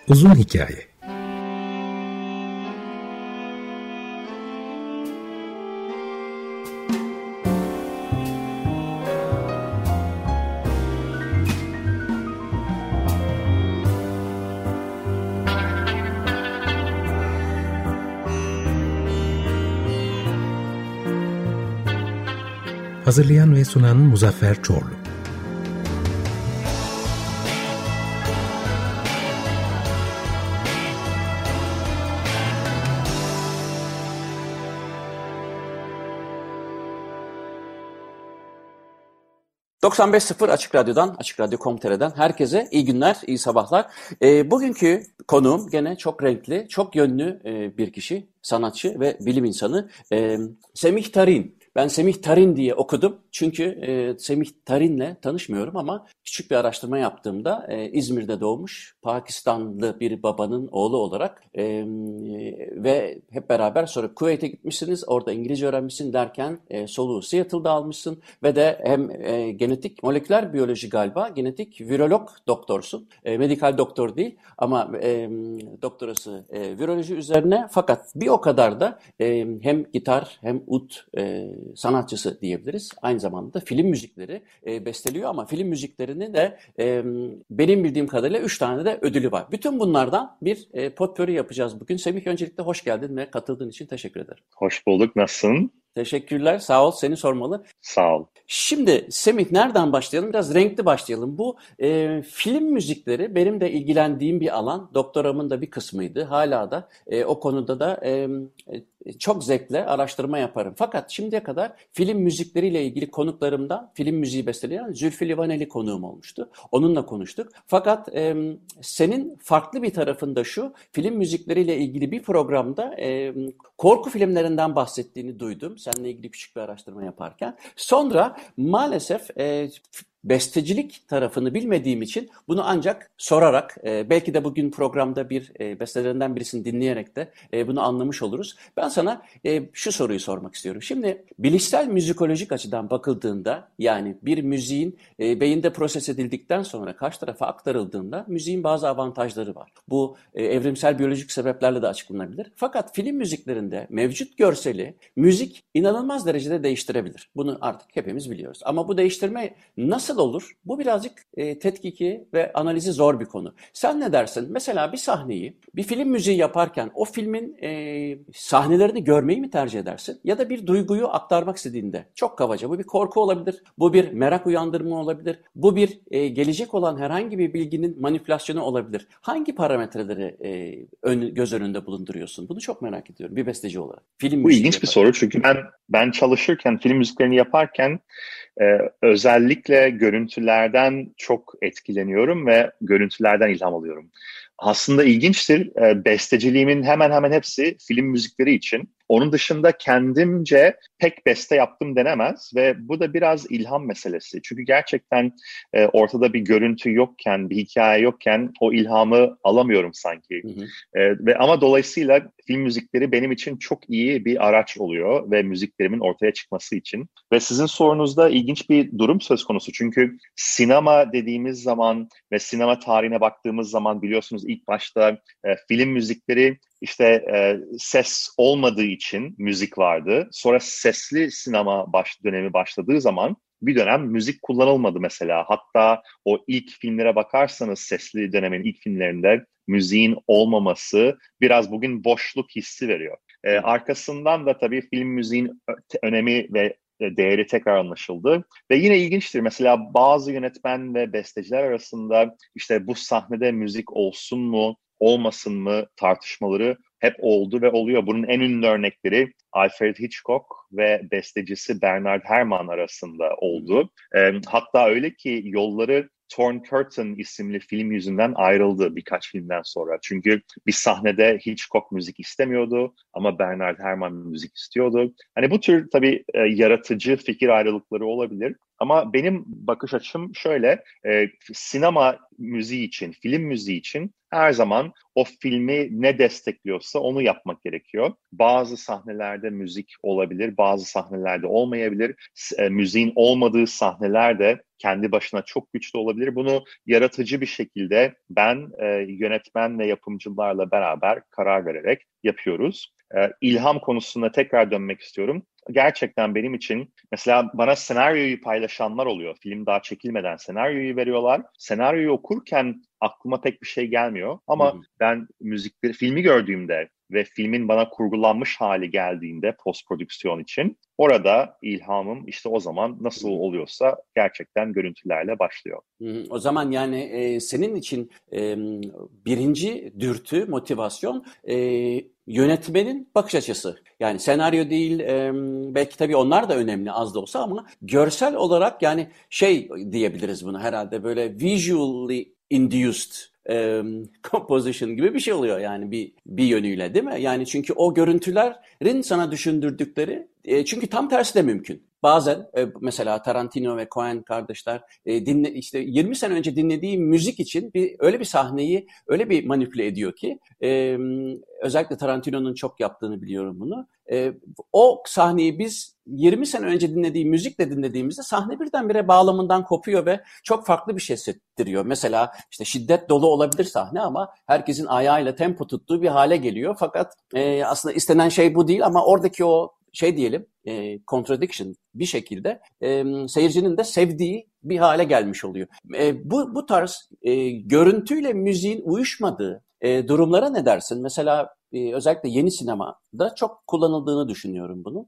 Uzun hikaye. Hazırlayan ve sunan Muzaffer Çorlu. ...95.0 Açık Radyo'dan, Açık Radyo.com.tr'den herkese iyi günler, iyi sabahlar. Bugünkü konuğum gene çok renkli, çok yönlü bir kişi, sanatçı ve bilim insanı Semih Tarin. Ben Semih Tarin diye okudum çünkü Semih Tarin'le tanışmıyorum ama küçük bir araştırma yaptığımda İzmir'de doğmuş Pakistanlı bir babanın oğlu olarak ve hep beraber sonra Kuveyt'e gitmişsiniz, orada İngilizce öğrenmişsin derken soluğu Seattle'da almışsın ve de hem genetik moleküler biyoloji galiba genetik virolog doktorsun, medikal doktor değil ama doktorası viroloji üzerine fakat bir o kadar da hem gitar hem ud sanatçısı diyebiliriz. Aynı zamanda da film müzikleri besteliyor ama film müziklerini de benim bildiğim kadarıyla 3 tane de ödülü var. Bütün bunlardan bir potpourri yapacağız bugün. Semih, öncelikle hoş geldin ve katıldığın için teşekkür ederim. Hoş bulduk. Nasılsın? Teşekkürler. Sağ ol. Seni sormalı. Sağ ol. Şimdi Semih, nereden başlayalım? Biraz renkli başlayalım. Bu film müzikleri benim de ilgilendiğim bir alan. Doktoramın da bir kısmıydı. Hala da o konuda da çok zevkle araştırma yaparım. Fakat şimdiye kadar film müzikleriyle ilgili konuklarımdan film müziği besteleyen Zülfü Livaneli konuğum olmuştu. Onunla konuştuk. Fakat senin farklı bir tarafında şu, film müzikleriyle ilgili bir programda korku filmlerinden bahsettiğini duydum. Seninle ilgili küçük bir araştırma yaparken. Sonra maalesef bestecilik tarafını bilmediğim için bunu ancak sorarak, belki de bugün programda bir bestelerinden birisini dinleyerek de bunu anlamış oluruz. Ben sana şu soruyu sormak istiyorum. Şimdi bilişsel müzikolojik açıdan bakıldığında, yani bir müziğin beyinde proses edildikten sonra karşı tarafa aktarıldığında müziğin bazı avantajları var. Bu evrimsel biyolojik sebeplerle de açıklanabilir. Fakat film müziklerinde mevcut görseli müzik inanılmaz derecede değiştirebilir. Bunu artık hepimiz biliyoruz. Ama bu değiştirme nasıl olur? Bu birazcık tetkiki ve analizi zor bir konu. Sen ne dersin? Mesela bir sahneyi, bir film müziği yaparken o filmin sahnelerini görmeyi mi tercih edersin? Ya da bir duyguyu aktarmak istediğinde, çok kabaca, bu bir korku olabilir, bu bir merak uyandırma olabilir, bu bir gelecek olan herhangi bir bilginin manipülasyonu olabilir. Hangi parametreleri göz önünde bulunduruyorsun? Bunu çok merak ediyorum bir besteci olarak. Film Bu ilginç yaparken. bir soru çünkü ben çalışırken, film müziklerini yaparken özellikle görüntülerden çok etkileniyorum ve görüntülerden ilham alıyorum. Aslında ilginçtir, besteciliğimin hemen hemen hepsi film müzikleri için. Onun dışında kendimce pek beste yaptım denemez ve bu da biraz ilham meselesi. Çünkü gerçekten ortada bir görüntü yokken, bir hikaye yokken o ilhamı alamıyorum sanki. Hı hı. Ama dolayısıyla film müzikleri benim için çok iyi bir araç oluyor ve müziklerimin ortaya çıkması için. Ve sizin sorunuzda ilginç bir durum söz konusu. Çünkü sinema dediğimiz zaman ve sinema tarihine baktığımız zaman biliyorsunuz ilk başta film müzikleri işte ses olmadığı için müzik vardı. Sonra sesli sinema dönemi başladığı zaman bir dönem müzik kullanılmadı mesela. Hatta o ilk filmlere bakarsanız sesli dönemin ilk filmlerinde müziğin olmaması biraz bugün boşluk hissi veriyor. Arkasından da tabii film müziğin önemi ve değeri tekrar anlaşıldı. Ve yine ilginçtir. Mesela bazı yönetmen ve besteciler arasında işte bu sahnede müzik olsun mu, olmasın mı tartışmaları hep oldu ve oluyor. Bunun en ünlü örnekleri Alfred Hitchcock ve bestecisi Bernard Herrmann arasında oldu. Hatta öyle ki yolları Torn Curtain isimli film yüzünden ayrıldı birkaç filmden sonra. Çünkü bir sahnede Hitchcock müzik istemiyordu ama Bernard Herrmann müzik istiyordu. Hani bu tür tabii yaratıcı fikir ayrılıkları olabilir. Ama benim bakış açım şöyle, sinema müziği için, film müziği için her zaman o filmi ne destekliyorsa onu yapmak gerekiyor. Bazı sahnelerde müzik olabilir, bazı sahnelerde olmayabilir. Müziğin olmadığı sahneler de kendi başına çok güçlü olabilir. Bunu yaratıcı bir şekilde ben yönetmen ve yapımcılarla beraber karar vererek yapıyoruz. İlham konusuna tekrar dönmek istiyorum. Gerçekten benim için mesela bana senaryoyu paylaşanlar oluyor. Film daha çekilmeden senaryoyu veriyorlar. Senaryoyu okurken aklıma pek bir şey gelmiyor. Ama ben müzikleri, filmi gördüğümde ve filmin bana kurgulanmış hali geldiğinde post prodüksiyon için orada ilhamım işte o zaman nasıl oluyorsa gerçekten görüntülerle başlıyor. O zaman yani senin için birinci dürtü, motivasyon yönetmenin bakış açısı. Yani senaryo değil, belki tabii onlar da önemli az da olsa ama görsel olarak yani şey diyebiliriz buna herhalde böyle visually induced composition gibi bir şey oluyor yani bir yönüyle değil mi? Yani çünkü o görüntülerin sana düşündürdükleri çünkü tam tersi de mümkün. Bazen mesela Tarantino ve Coen kardeşler işte 20 sene önce dinlediği müzik için öyle bir sahneyi öyle bir manipüle ediyor ki özellikle Tarantino'nun çok yaptığını biliyorum bunu. O sahneyi biz 20 sene önce dinlediği müzikle dinlediğimizde sahne birdenbire bağlamından kopuyor ve çok farklı bir şey hissettiriyor. Mesela işte şiddet dolu olabilir sahne ama herkesin ayağıyla tempo tuttuğu bir hale geliyor. Fakat aslında istenen şey bu değil ama oradaki o şey diyelim contradiction bir şekilde seyircinin de sevdiği bir hale gelmiş oluyor. Bu tarz görüntüyle müziğin uyuşmadığı durumlara ne dersin? Mesela özellikle yeni sinemada çok kullanıldığını düşünüyorum bunun.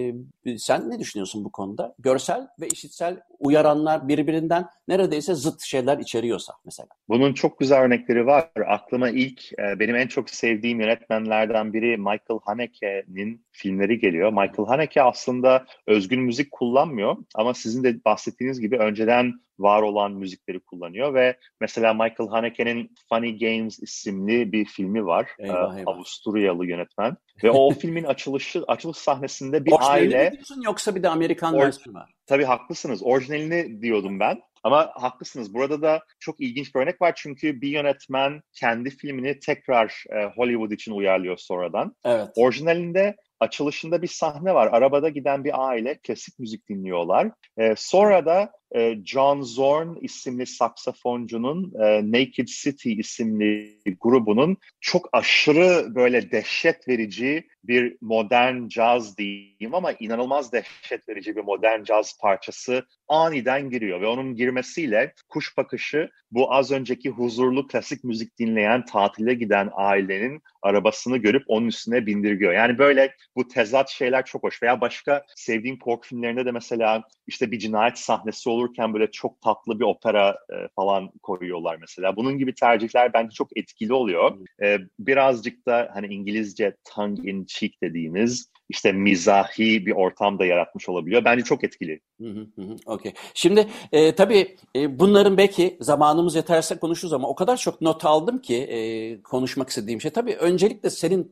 Sen ne düşünüyorsun bu konuda? Görsel ve işitsel uyaranlar birbirinden neredeyse zıt şeyler içeriyorsa mesela. Bunun çok güzel örnekleri var. Aklıma ilk benim en çok sevdiğim yönetmenlerden biri Michael Haneke'nin filmleri geliyor. Michael Haneke aslında özgün müzik kullanmıyor ama sizin de bahsettiğiniz gibi önceden var olan müzikleri kullanıyor ve mesela Michael Haneke'nin Funny Games isimli bir filmi var. Eyvah. Avusturyalı yönetmen ve o filmin açılış sahnesinde bir Orijinalini aile... mi diyorsun yoksa bir de Amerikan versiyonu var? Tabii haklısınız. Orijinalini diyordum ben. Ama haklısınız. Burada da çok ilginç bir örnek var. Çünkü bir yönetmen kendi filmini tekrar Hollywood için uyarlıyor sonradan. Evet. Orijinalinde açılışında bir sahne var. Arabada giden bir aile klasik müzik dinliyorlar. Sonra da John Zorn isimli saksafoncunun Naked City isimli grubunun çok aşırı böyle dehşet verici bir modern caz diyeyim ama inanılmaz dehşet verici bir modern caz parçası aniden giriyor ve onun girmesiyle kuş bakışı bu az önceki huzurlu klasik müzik dinleyen tatile giden ailenin arabasını görüp onun üstüne bindirgiyor. Yani böyle bu tezat şeyler çok hoş. Veya başka sevdiğim korku filmlerinde de mesela işte bir cinayet sahnesi olurken böyle çok tatlı bir opera falan koyuyorlar mesela. Bunun gibi tercihler bence çok etkili oluyor. Birazcık da hani İngilizce tongue in cheek dediğimiz işte mizahi bir ortam da yaratmış olabiliyor. Bence çok etkili. Okay. Şimdi tabii bunların belki zamanımız yeterse konuşuruz ama o kadar çok not aldım ki konuşmak istediğim şey. Tabii öncelikle senin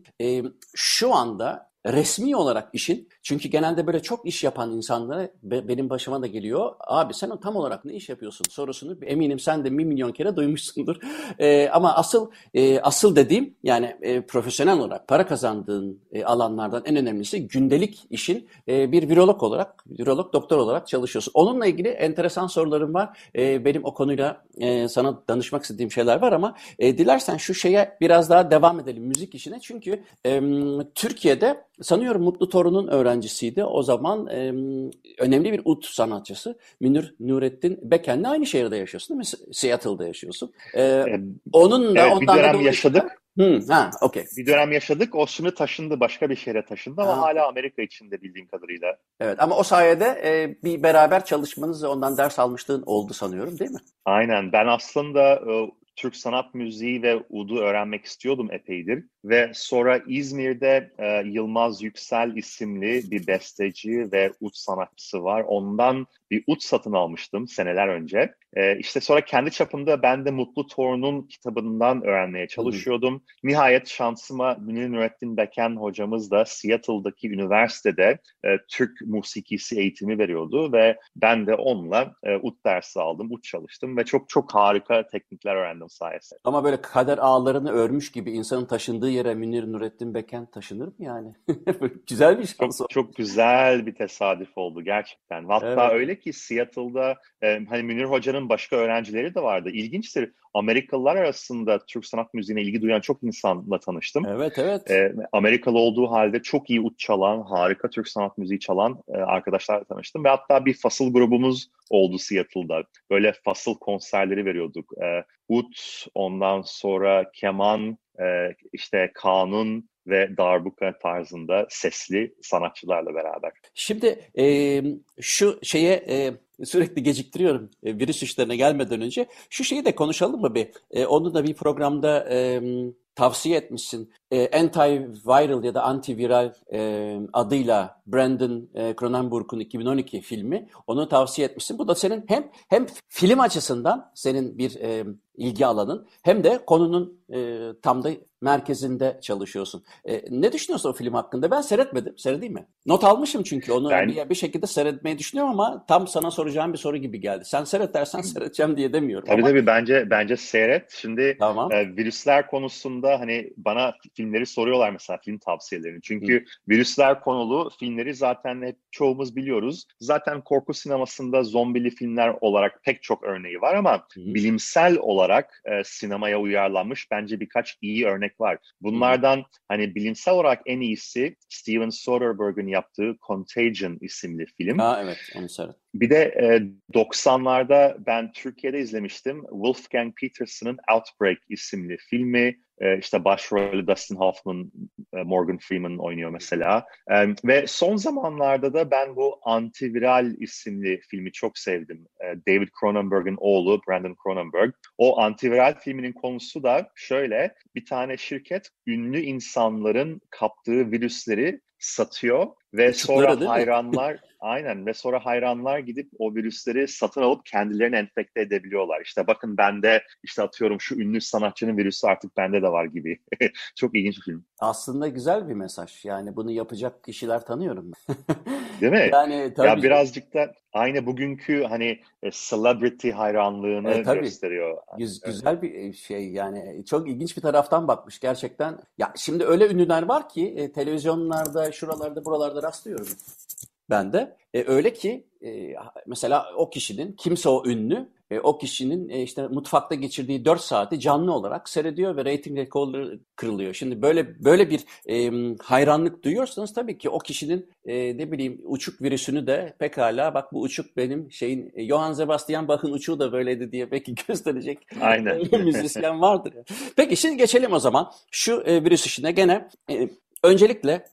şu anda resmi olarak işin, çünkü genelde böyle çok iş yapan insanlara benim başıma da geliyor. Abi sen tam olarak ne iş yapıyorsun sorusunu eminim sen de 1 milyon kere duymuşsundur. Ama asıl dediğim yani profesyonel olarak para kazandığın alanlardan en önemlisi gündelik işin bir virolog doktor olarak çalışıyorsun. Onunla ilgili enteresan sorularım var. Benim o konuyla sana danışmak istediğim şeyler var ama dilersen şu şeye biraz daha devam edelim müzik işine. Çünkü Türkiye'de sanıyorum Mutlu Torun'un öğrencisiydi. O zaman önemli bir ud sanatçısı Münir Nurettin Beken'le aynı şehirde yaşıyorsun değil mi? Seattle'da yaşıyorsun. Onun da evet, bir dönem yaşadık. Okay. Bir dönem yaşadık. O şimdi taşındı. Başka bir şehre taşındı ama hala Amerika içinde bildiğim kadarıyla. Evet ama o sayede bir beraber çalışmanız ve ondan ders almışlığın oldu sanıyorum değil mi? Aynen. Ben aslında Türk sanat müziği ve udu öğrenmek istiyordum epeydir. Ve sonra İzmir'de Yılmaz Yüksel isimli bir besteci ve ud sanatçısı var. Ondan bir ud satın almıştım seneler önce. İşte sonra kendi çapımda ben de Mutlu Torun'un kitabından öğrenmeye çalışıyordum. Nihayet şansıma Münir Nurettin Beken hocamız da Seattle'daki üniversitede Türk musikisi eğitimi veriyordu ve ben de onunla ut dersi aldım, ut çalıştım ve çok çok harika teknikler öğrendim sayesinde. Ama böyle kader ağlarını örmüş gibi insanın taşındığı yere Münir Nurettin Beken taşınır mı yani? Güzel bir şans o. Çok güzel bir tesadüf oldu gerçekten. Hatta Evet. öyle ki Seattle'da hani Münir Hoca'nın başka öğrencileri de vardı. İlginçtir. Amerikalılar arasında Türk sanat müziğine ilgi duyan çok insanla tanıştım. Evet, evet. Amerikalı olduğu halde çok iyi ut çalan, harika Türk sanat müziği çalan arkadaşlarla tanıştım. Ve hatta bir fasıl grubumuz oldu Seattle'da. Böyle fasıl konserleri veriyorduk. Ut, ondan sonra keman, işte kanun ve darbuka tarzında sesli sanatçılarla beraber. Şimdi şu şeye sürekli geciktiriyorum virüs işlerine gelmeden önce. Şu şeyi de konuşalım mı bir? Onu da bir programda tavsiye etmişsin. Antiviral ya da antiviral adıyla Brandon Cronenberg'un 2012 filmi. Onu tavsiye etmişsin. Bu da senin hem film açısından senin bir ilgi alanın hem de konunun tam da merkezinde çalışıyorsun. Ne düşünüyorsun o film hakkında? Ben seyretmedim. Seyredeyim mi? Not almışım çünkü onu bir şekilde seyretmeyi düşünüyorum ama tam sana soracağım bir soru gibi geldi. Sen seyret dersen seyredeceğim diye demiyorum ama. Tabii bence seyret. Şimdi Tamam. Virüsler konusunda hani bana filmleri soruyorlar mesela film tavsiyelerini. Çünkü virüsler konulu filmleri zaten hep çoğumuz biliyoruz. Zaten korku sinemasında zombili filmler olarak pek çok örneği var ama bilimsel olarak sinemaya uyarlanmış bence birkaç iyi örnek var. Bunlardan hani bilimsel olarak en iyisi Steven Soderbergh'in yaptığı Contagion isimli film. Evet, onu seyret. Bir de 90'larda ben Türkiye'de izlemiştim. Wolfgang Petersen'ın Outbreak isimli filmi. İşte başrolü Dustin Hoffman, Morgan Freeman oynuyor mesela. Ve son zamanlarda da ben bu Antiviral isimli filmi çok sevdim. David Cronenberg'in oğlu Brandon Cronenberg. O Antiviral filminin konusu da şöyle. Bir tane şirket ünlü insanların kaptığı virüsleri satıyor ve sonra hayranlar aynen ve sonra hayranlar gidip o virüsleri satın alıp kendilerini enfekte edebiliyorlar. İşte bakın bende işte atıyorum şu ünlü sanatçının virüsü artık bende de var gibi. Çok ilginç bir film. Aslında güzel bir mesaj. Yani bunu yapacak kişiler tanıyorum. Değil mi? Yani tabii. Ya birazcık da aynı bugünkü hani celebrity hayranlığını gösteriyor. Güzel bir şey yani çok ilginç bir taraftan bakmış gerçekten. Ya şimdi öyle ünlüler var ki televizyonlarda, şuralarda, buralarda rastlıyorum ben de. Öyle ki mesela o kişinin, kimse o ünlü, o kişinin işte mutfakta geçirdiği 4 saati canlı olarak seyrediyor ve reyting rekorları kırılıyor. Şimdi böyle bir hayranlık duyuyorsanız tabii ki o kişinin ne bileyim uçuk virüsünü de pekala bak bu uçuk benim şeyin Johann Sebastian Bach'ın uçuğu da böyleydi diye belki gösterecek müzisyen vardır. Peki şimdi geçelim o zaman şu virüs işine gene. Öncelikle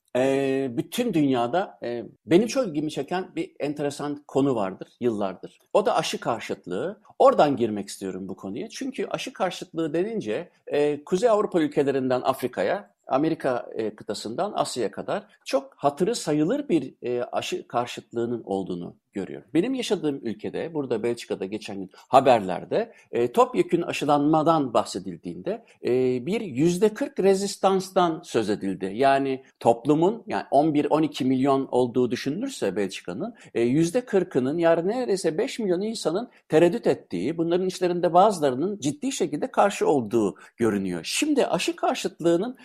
bütün dünyada benim çok ilgimi çeken bir enteresan konu vardır yıllardır. O da aşı karşıtlığı. Oradan girmek istiyorum bu konuya. Çünkü aşı karşıtlığı denince Kuzey Avrupa ülkelerinden Afrika'ya, Amerika kıtasından Asya'ya kadar çok hatırı sayılır bir aşı karşıtlığının olduğunu görüyorum. Benim yaşadığım ülkede, burada Belçika'da geçen gün haberlerde topyekün aşılanmadan bahsedildiğinde bir %40 rezistanstan söz edildi. Yani toplumun yani 11-12 milyon olduğu düşünülürse Belçika'nın %40'ının yani neredeyse 5 milyon insanın tereddüt ettiği, bunların içlerinde bazılarının ciddi şekilde karşı olduğu görünüyor. Şimdi aşı karşıtlığının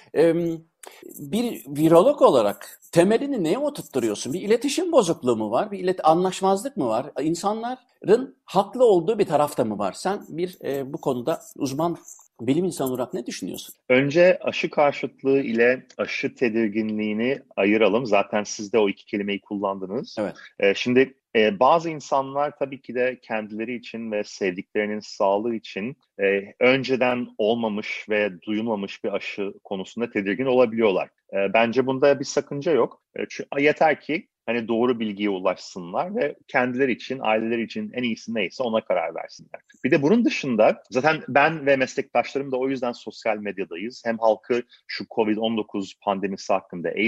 bir virolog olarak temelini neye oturtturuyorsun? Bir iletişim bozukluğu mu var? Bir anlaşmazlık mı var? İnsanların haklı olduğu bir tarafta mı var? Sen bu konuda uzman bilim insanı olarak ne düşünüyorsun? Önce aşı karşıtlığı ile aşı tedirginliğini ayıralım. Zaten siz de o iki kelimeyi kullandınız. Evet. Şimdi bazı insanlar tabii ki de kendileri için ve sevdiklerinin sağlığı için önceden olmamış ve duyulmamış bir aşı konusunda tedirgin olabiliyorlar. Bence bunda bir sakınca yok. Yeter ki hani doğru bilgiye ulaşsınlar ve kendileri için, aileleri için en iyisi neyse ona karar versinler. Bir de bunun dışında zaten ben ve meslektaşlarım da o yüzden sosyal medyadayız. Hem halkı şu COVID-19 pandemisi hakkında eğitmek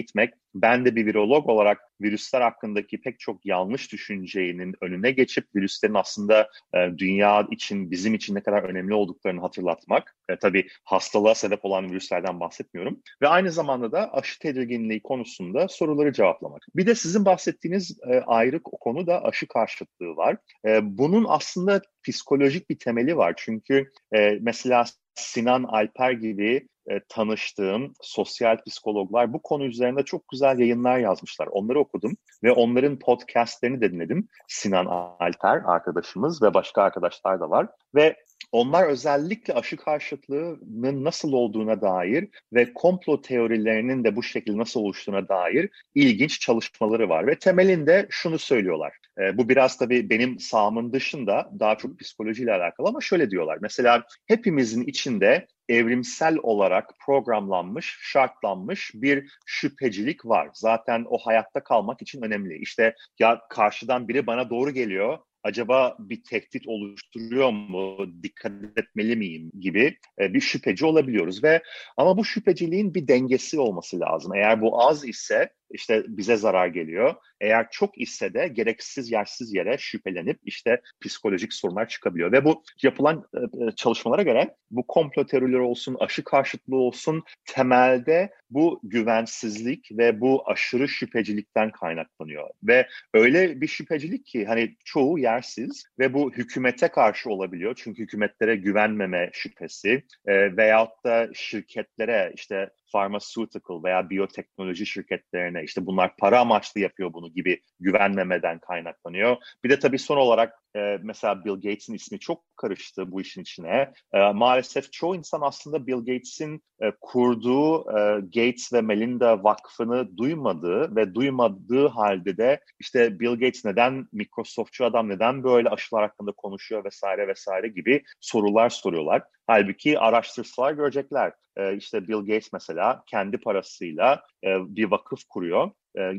ben de bir virolog olarak virüsler hakkındaki pek çok yanlış düşüncenin önüne geçip virüslerin aslında dünya için, bizim için ne kadar önemli olduklarını hatırlatmak. Tabii hastalığa sebep olan virüslerden bahsetmiyorum. Ve aynı zamanda da aşı tedirginliği konusunda soruları cevaplamak. Bir de sizin bahsettiğiniz ayrı konu da aşı karşıtlığı var. Bunun aslında psikolojik bir temeli var. Çünkü mesela Sinan Alper gibi tanıştığım sosyal psikologlar bu konu üzerinde çok güzel yayınlar yazmışlar. Onları okudum ve onların podcastlerini de dinledim. Sinan Alper arkadaşımız ve başka arkadaşlar da var. Ve onlar özellikle aşı karşıtlığının nasıl olduğuna dair ve komplo teorilerinin de bu şekilde nasıl oluştuğuna dair ilginç çalışmaları var. Ve temelinde şunu söylüyorlar. Bu biraz tabii benim sahamın dışında, daha çok psikolojiyle alakalı, ama şöyle diyorlar. Mesela hepimizin içinde evrimsel olarak programlanmış, şartlanmış bir şüphecilik var. Zaten o hayatta kalmak için önemli. İşte ya karşıdan biri bana doğru geliyor, acaba bir tehdit oluşturuyor mu, dikkat etmeli miyim gibi bir şüpheci olabiliyoruz. Ama bu şüpheciliğin bir dengesi olması lazım. Eğer bu az ise işte bize zarar geliyor. Eğer çok ise de gereksiz yersiz yere şüphelenip işte psikolojik sorunlar çıkabiliyor. Ve bu yapılan çalışmalara göre bu komplo teorileri olsun, aşı karşıtlığı olsun, temelde bu güvensizlik ve bu aşırı şüphecilikten kaynaklanıyor. Ve öyle bir şüphecilik ki hani çoğu yersiz ve bu hükümete karşı olabiliyor. Çünkü hükümetlere güvenmeme şüphesi veyahut da şirketlere, işte pharmaceutical veya biyoteknoloji şirketlerine, işte bunlar para amaçlı yapıyor bunu gibi güvenmemeden kaynaklanıyor. Bir de tabii son olarak mesela Bill Gates'in ismi çok karıştı bu işin içine. Maalesef çoğu insan aslında Bill Gates'in kurduğu Gates ve Melinda Vakfı'nı duymadığı ve duymadığı halde de işte Bill Gates neden Microsoftçu adam, neden böyle aşılar hakkında konuşuyor vesaire vesaire gibi sorular soruyorlar. Halbuki araştırsalar görecekler. İşte Bill Gates mesela kendi parasıyla bir vakıf kuruyor.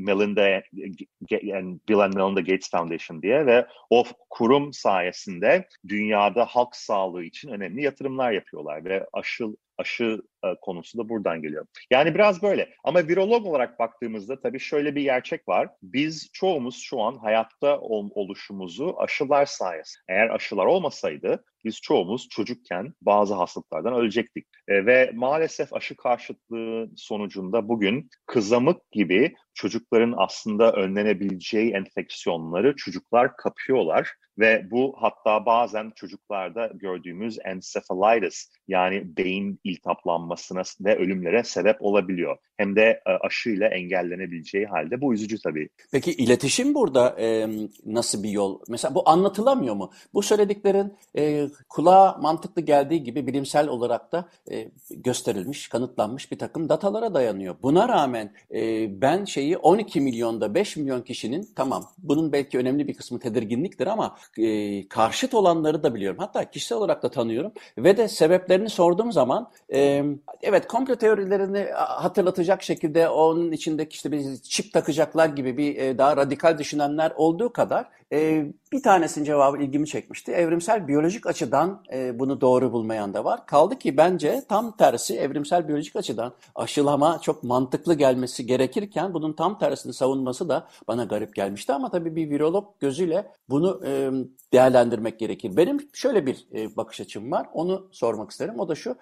Bill and Melinda Gates Foundation diye ve o kurum sayesinde dünyada halk sağlığı için önemli yatırımlar yapıyorlar ve aşı konusu da buradan geliyor. Yani biraz böyle. Ama virolog olarak baktığımızda tabii şöyle bir gerçek var. Biz çoğumuz şu an hayatta oluşumuzu aşılar sayesinde. Eğer aşılar olmasaydı biz çoğumuz çocukken bazı hastalıklardan ölecektik. Ve maalesef aşı karşıtlığı sonucunda bugün kızamık gibi çocukların aslında önlenebileceği enfeksiyonları çocuklar kapıyorlar. Ve bu hatta bazen çocuklarda gördüğümüz encephalitis, yani beyin iltihaplanmasına ve ölümlere sebep olabiliyor. Hem de aşıyla engellenebileceği halde. Bu üzücü tabii. Peki iletişim burada nasıl bir yol? Mesela bu anlatılamıyor mu? Bu söylediklerin kulağa mantıklı geldiği gibi bilimsel olarak da gösterilmiş, kanıtlanmış bir takım datalara dayanıyor. Buna rağmen ben 12 milyonda 5 milyon kişinin, tamam bunun belki önemli bir kısmı tedirginliktir ama karşıt olanları da biliyorum. Hatta kişisel olarak da tanıyorum ve de sebeplerini sorduğum zaman evet, komplo teorilerini hatırlatacak şekilde onun içindeki işte bir çip takacaklar gibi bir daha radikal düşünenler olduğu kadar bir tanesinin cevabı ilgimi çekmişti. Evrimsel biyolojik açıdan bunu doğru bulmayan da var. Kaldı ki bence tam tersi, evrimsel biyolojik açıdan aşılama çok mantıklı gelmesi gerekirken bunun tam tersini savunması da bana garip gelmişti. Ama tabii bir virolog gözüyle bunu değerlendirmek gerekir. Benim şöyle bir bakış açım var. Onu sormak isterim. O da şu.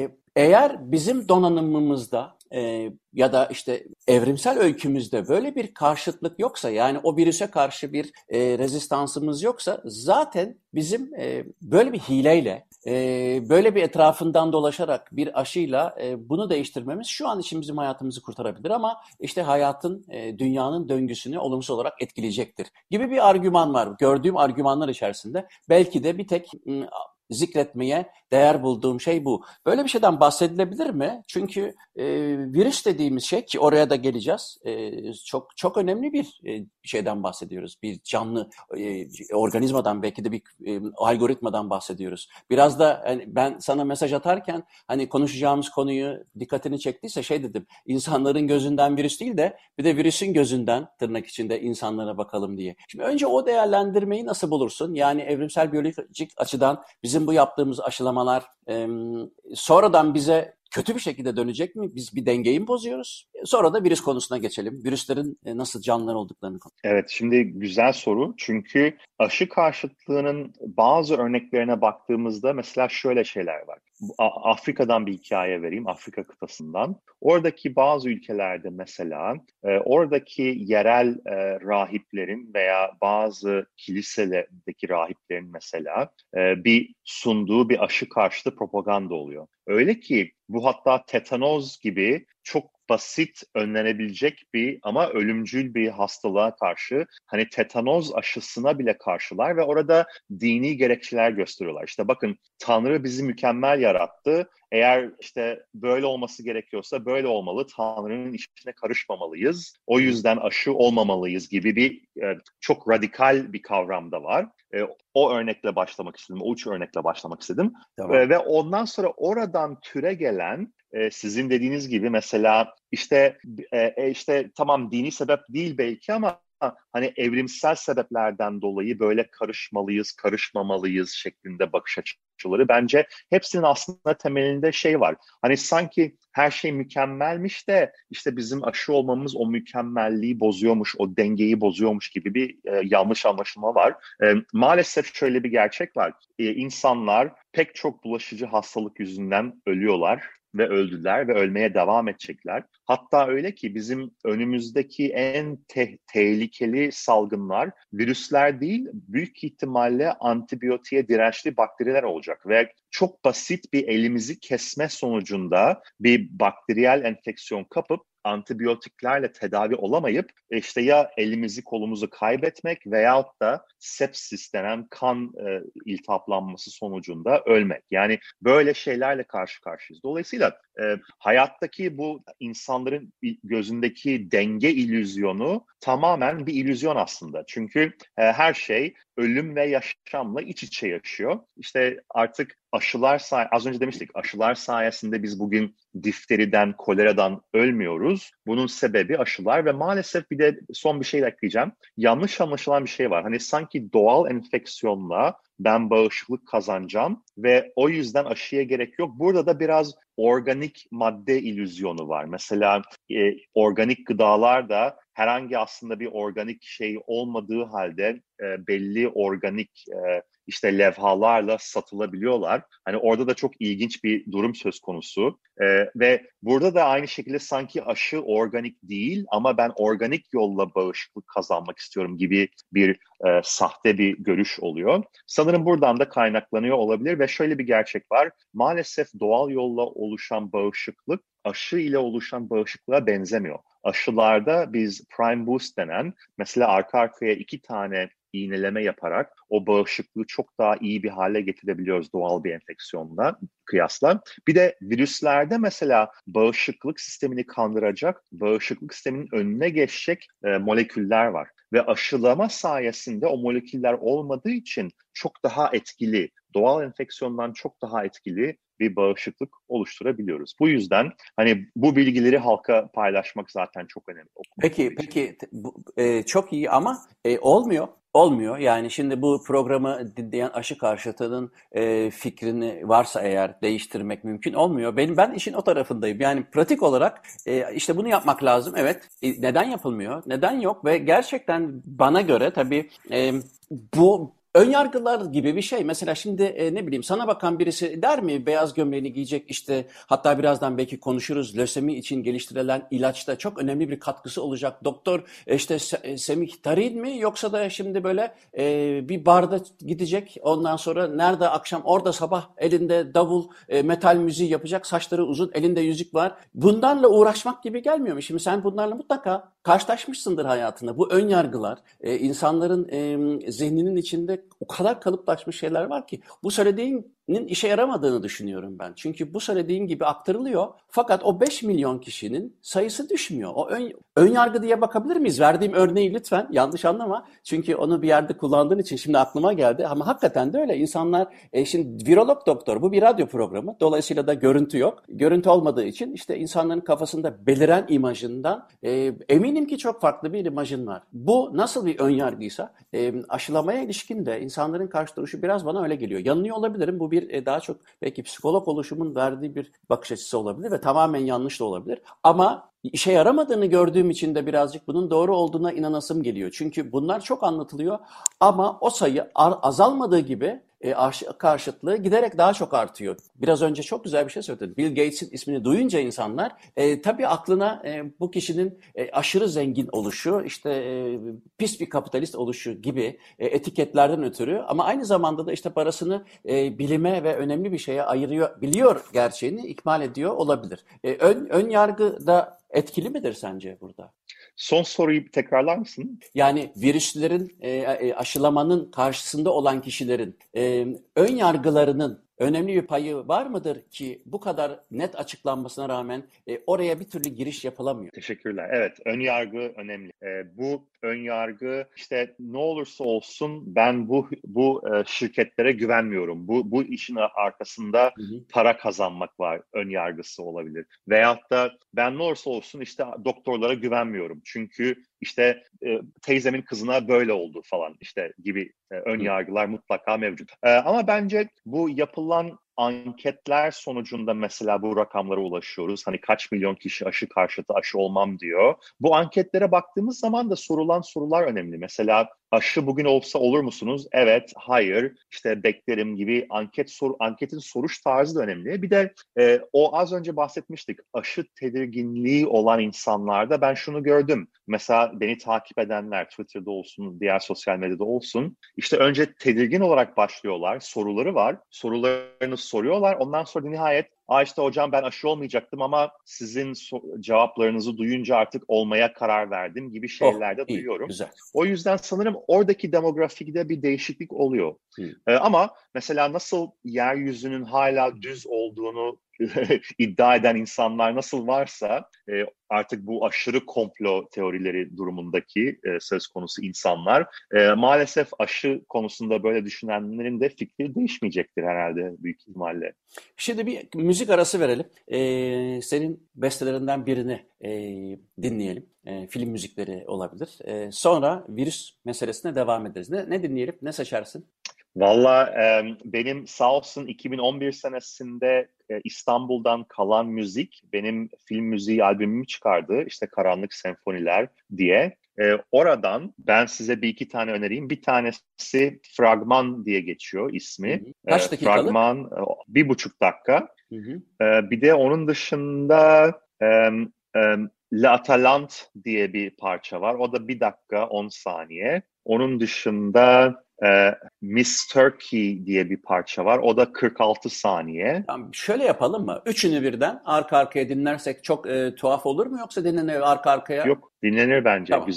Eğer bizim donanımımızda ya da işte evrimsel öykümüzde böyle bir karşıtlık yoksa, yani o virüse karşı bir rezistansımız yoksa, zaten bizim böyle bir hileyle, böyle bir etrafından dolaşarak bir aşıyla bunu değiştirmemiz şu an için bizim hayatımızı kurtarabilir ama işte hayatın, dünyanın döngüsünü olumsuz olarak etkileyecektir gibi bir argüman var. Gördüğüm argümanlar içerisinde belki de bir tek zikretmeye değer bulduğum şey bu. Böyle bir şeyden bahsedilebilir mi? Çünkü virüs dediğimiz şey, ki oraya da geleceğiz, çok çok önemli bir şeyden bahsediyoruz. Bir canlı organizmadan, belki de bir algoritmadan bahsediyoruz. Biraz da hani ben sana mesaj atarken hani konuşacağımız konuyu dikkatini çektiyse dedim. İnsanların gözünden virüs değil de bir de virüsün gözünden, tırnak içinde, insanlara bakalım diye. Şimdi önce o değerlendirmeyi nasıl bulursun? Yani evrimsel biyolojik açıdan bizim bu yaptığımız aşılamalar sonradan bize kötü bir şekilde dönecek mi? Biz bir dengeyi mi bozuyoruz? Sonra da virüs konusuna geçelim. Virüslerin nasıl canlılar olduklarını konuşalım. Evet, şimdi güzel soru. Çünkü aşı karşıtlığının bazı örneklerine baktığımızda mesela şöyle şeyler var. Afrika'dan bir hikaye vereyim, Afrika kıtasından. Oradaki bazı ülkelerde mesela oradaki yerel rahiplerin veya bazı kiliselerdeki rahiplerin mesela bir sunduğu bir aşı karşıtı propaganda oluyor. Öyle ki bu hatta tetanoz gibi çok basit önlenebilecek bir ama ölümcül bir hastalığa karşı hani tetanoz aşısına bile karşılar ve orada dini gerekçeler gösteriyorlar. İşte bakın Tanrı bizi mükemmel yarattı. Eğer işte böyle olması gerekiyorsa böyle olmalı. Tanrı'nın işine karışmamalıyız. O yüzden aşı olmamalıyız gibi bir çok radikal bir kavram da var. O örnekle başlamak istedim. O üç örnekle başlamak istedim. Tamam. Ve ondan sonra oradan türe gelen sizin dediğiniz gibi mesela işte tamam dini sebep değil belki ama hani evrimsel sebeplerden dolayı böyle karışmalıyız, karışmamalıyız şeklinde bakış açıları. Bence hepsinin aslında temelinde şey var. Hani sanki her şey mükemmelmiş de işte bizim aşı olmamız o mükemmelliği bozuyormuş, o dengeyi bozuyormuş gibi bir yanlış anlaşılma var. Maalesef şöyle bir gerçek var. İnsanlar pek çok bulaşıcı hastalık yüzünden ölüyorlar ve öldüler ve ölmeye devam edecekler. Hatta öyle ki bizim önümüzdeki en tehlikeli salgınlar virüsler değil, büyük ihtimalle antibiyotiğe dirençli bakteriler olacak ve çok basit bir elimizi kesme sonucunda bir bakteriyel enfeksiyon kapıp antibiyotiklerle tedavi olamayıp işte ya elimizi kolumuzu kaybetmek veyahut da sepsis denen kan iltihaplanması sonucunda ölmek. Yani böyle şeylerle karşı karşıyayız. Dolayısıyla hayattaki bu insanların gözündeki denge illüzyonu tamamen bir illüzyon aslında. Çünkü her şey ölüm ve yaşamla iç içe yaşıyor. İşte artık az önce demiştik, aşılar sayesinde biz bugün difteriden, koleradan ölmüyoruz. Bunun sebebi aşılar ve maalesef bir de son bir şey ekleyeceğim. Yanlış anlaşılan bir şey var. Hani sanki doğal enfeksiyonla ben bağışıklık kazanacağım ve o yüzden aşıya gerek yok. Burada da biraz organik madde illüzyonu var. Mesela organik gıdalar da herhangi aslında bir organik şey olmadığı halde belli organik işte levhalarla satılabiliyorlar. Hani orada da çok ilginç bir durum söz konusu. Ve burada da aynı şekilde sanki aşı organik değil ama ben organik yolla bağışıklık kazanmak istiyorum gibi bir sahte bir görüş oluyor. Sanırım buradan da kaynaklanıyor olabilir ve şöyle bir gerçek var. Maalesef doğal yolla oluşan bağışıklık aşı ile oluşan bağışıklığa benzemiyor. Aşılarda biz prime boost denen mesela arka arkaya 2 tane iğneleme yaparak o bağışıklığı çok daha iyi bir hale getirebiliyoruz doğal bir enfeksiyonla kıyasla. Bir de virüslerde mesela bağışıklık sistemini kandıracak, bağışıklık sisteminin önüne geçecek moleküller var. Ve aşılama sayesinde o moleküller olmadığı için çok daha etkili, doğal enfeksiyondan çok daha etkili bir bağışıklık oluşturabiliyoruz. Bu yüzden hani bu bilgileri halka paylaşmak zaten çok önemli. Peki çok iyi ama olmuyor. Olmuyor. Yani şimdi bu programı dinleyen aşı karşıtının fikrini varsa eğer değiştirmek mümkün olmuyor. Ben işin o tarafındayım. Yani pratik olarak işte bunu yapmak lazım. Evet. Neden yapılmıyor? Neden yok? Ve gerçekten bana göre tabii bu önyargılar gibi bir şey. Mesela şimdi ne bileyim sana bakan birisi der mi beyaz gömleğini giyecek işte hatta birazdan belki konuşuruz lösemi için geliştirilen ilaçta çok önemli bir katkısı olacak. Doktor işte Semih Tarin mi yoksa da şimdi böyle bir barda gidecek ondan sonra nerede akşam orada sabah elinde davul metal müziği yapacak saçları uzun elinde yüzük var. Bunlarla uğraşmak gibi gelmiyor mu? Şimdi sen bunlarla mutlaka karşılaşmışsındır hayatında. Bu önyargılar insanların zihninin içinde o kadar kalıplaşmış şeyler var ki bu söylediğinin işe yaramadığını düşünüyorum ben. Çünkü bu söylediğin gibi aktarılıyor fakat o 5 milyon kişinin sayısı düşmüyor. O ön yargı diye bakabilir miyiz? Verdiğim örneği lütfen yanlış anlama. Çünkü onu bir yerde kullandığın için şimdi aklıma geldi ama hakikaten de öyle. İnsanlar şimdi virolog doktor bu bir radyo programı. Dolayısıyla da görüntü yok. Görüntü olmadığı için işte insanların kafasında beliren imajından eminim ki çok farklı bir imajın var. Bu nasıl bir ön yargıysa aşılamaya ilişkin de insanların karşı duruşu biraz bana öyle geliyor. Yanılıyor olabilirim. Bu bir daha çok belki psikolog oluşumun verdiği bir bakış açısı olabilir ve tamamen yanlış da olabilir. Ama işe yaramadığını gördüğüm için de birazcık bunun doğru olduğuna inanasım geliyor. Çünkü bunlar çok anlatılıyor ama o sayı azalmadığı gibi karşıtlığı giderek daha çok artıyor. Biraz önce çok güzel bir şey söyledin. Bill Gates'in ismini duyunca insanlar tabii aklına bu kişinin aşırı zengin oluşu, işte pis bir kapitalist oluşu gibi etiketlerden ötürü ama aynı zamanda da işte parasını bilime ve önemli bir şeye ayırıyor, biliyor gerçeğini ikmal ediyor olabilir. Ön yargı da etkili midir sence burada? Son soruyu tekrarlar mısın? Yani virüslerin aşılamanın karşısında olan kişilerin ön yargılarının önemli bir payı var mıdır ki bu kadar net açıklanmasına rağmen oraya bir türlü giriş yapılamıyor? Teşekkürler. Evet, ön yargı önemli. Bu ön yargı işte ne olursa olsun ben bu şirketlere güvenmiyorum. Bu işin arkasında para kazanmak var. Ön yargısı olabilir. Veyahut da ben ne olursa olsun işte doktorlara güvenmiyorum. Çünkü işte teyzemin kızına böyle oldu falan işte gibi ön yargılar mutlaka mevcut. Ama bence bu yapılan anketler sonucunda mesela bu rakamlara ulaşıyoruz. Hani kaç milyon kişi aşı karşıtı, aşı olmam diyor. Bu anketlere baktığımız zaman da sorulan sorular önemli. Mesela aşı bugün olsa olur musunuz? Evet, hayır, işte beklerim gibi anketin soruş tarzı da önemli. Bir de o az önce bahsetmiştik. Aşı tedirginliği olan insanlarda ben şunu gördüm. Mesela beni takip edenler Twitter'da olsun, diğer sosyal medyada olsun. İşte önce tedirgin olarak başlıyorlar. Soruları var. Sorularını soruyorlar. Ondan sonra nihayet işte hocam ben aşı olmayacaktım ama sizin cevaplarınızı duyunca artık olmaya karar verdim gibi şeyler de duyuyorum. Güzel. O yüzden sanırım oradaki demografide bir değişiklik oluyor. Ama mesela nasıl yeryüzünün hala düz olduğunu iddia eden insanlar nasıl varsa artık bu aşırı komplo teorileri durumundaki söz konusu insanlar maalesef aşı konusunda böyle düşünenlerin de fikri değişmeyecektir herhalde büyük ihtimalle. Şimdi bir müzik arası verelim. Senin bestelerinden birini dinleyelim. Film müzikleri olabilir. Sonra virüs meselesine devam ederiz. Ne dinleyelim? Ne seçersin? Valla benim sağ olsun 2011 senesinde İstanbul'dan Kalan Müzik benim film müziği albümümü çıkardı. İşte Karanlık Senfoniler diye. Oradan ben size bir iki tane önereyim. Bir tanesi Fragman diye geçiyor ismi. Kaç dakikalık? Fragman 1,5 dakika. Hı. Bir de onun dışında La Atalante diye bir parça var. O da 1 dakika 10 saniye. Onun dışında Miss Turkey diye bir parça var. O da 46 saniye. Tamam, şöyle yapalım mı? Üçünü birden arka arkaya dinlersek çok tuhaf olur mu yoksa dinlenir arka arkaya? Yok, dinlenir bence. Tamam.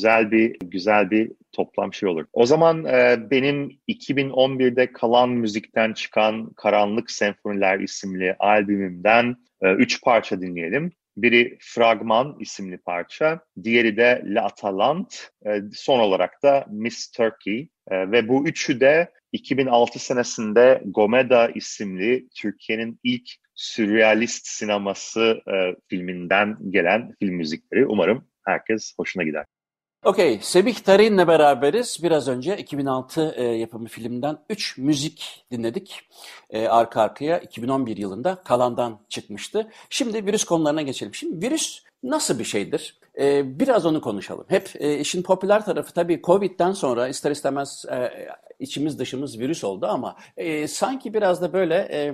Güzel bir toplam şey olur. O zaman benim 2011'de Kalan Müzik'ten çıkan Karanlık Senfoniler isimli albümümden 3 parça dinleyelim. Biri Fragman isimli parça, diğeri de La Atalante, son olarak da Miss Turkey. Ve bu üçü de 2006 senesinde Gomeda isimli Türkiye'nin ilk sürrealist sineması filminden gelen film müzikleri. Umarım herkes hoşuna gider. Okey, Semih Tarik'le beraberiz. Biraz önce 2006 yapımı filmden 3 müzik dinledik. Arka arkaya 2011 yılında Kalan'dan çıkmıştı. Şimdi virüs konularına geçelim. Şimdi virüs nasıl bir şeydir? Biraz onu konuşalım. Hep işin popüler tarafı tabii Covid'den sonra ister istemez içimiz dışımız virüs oldu ama sanki biraz da böyle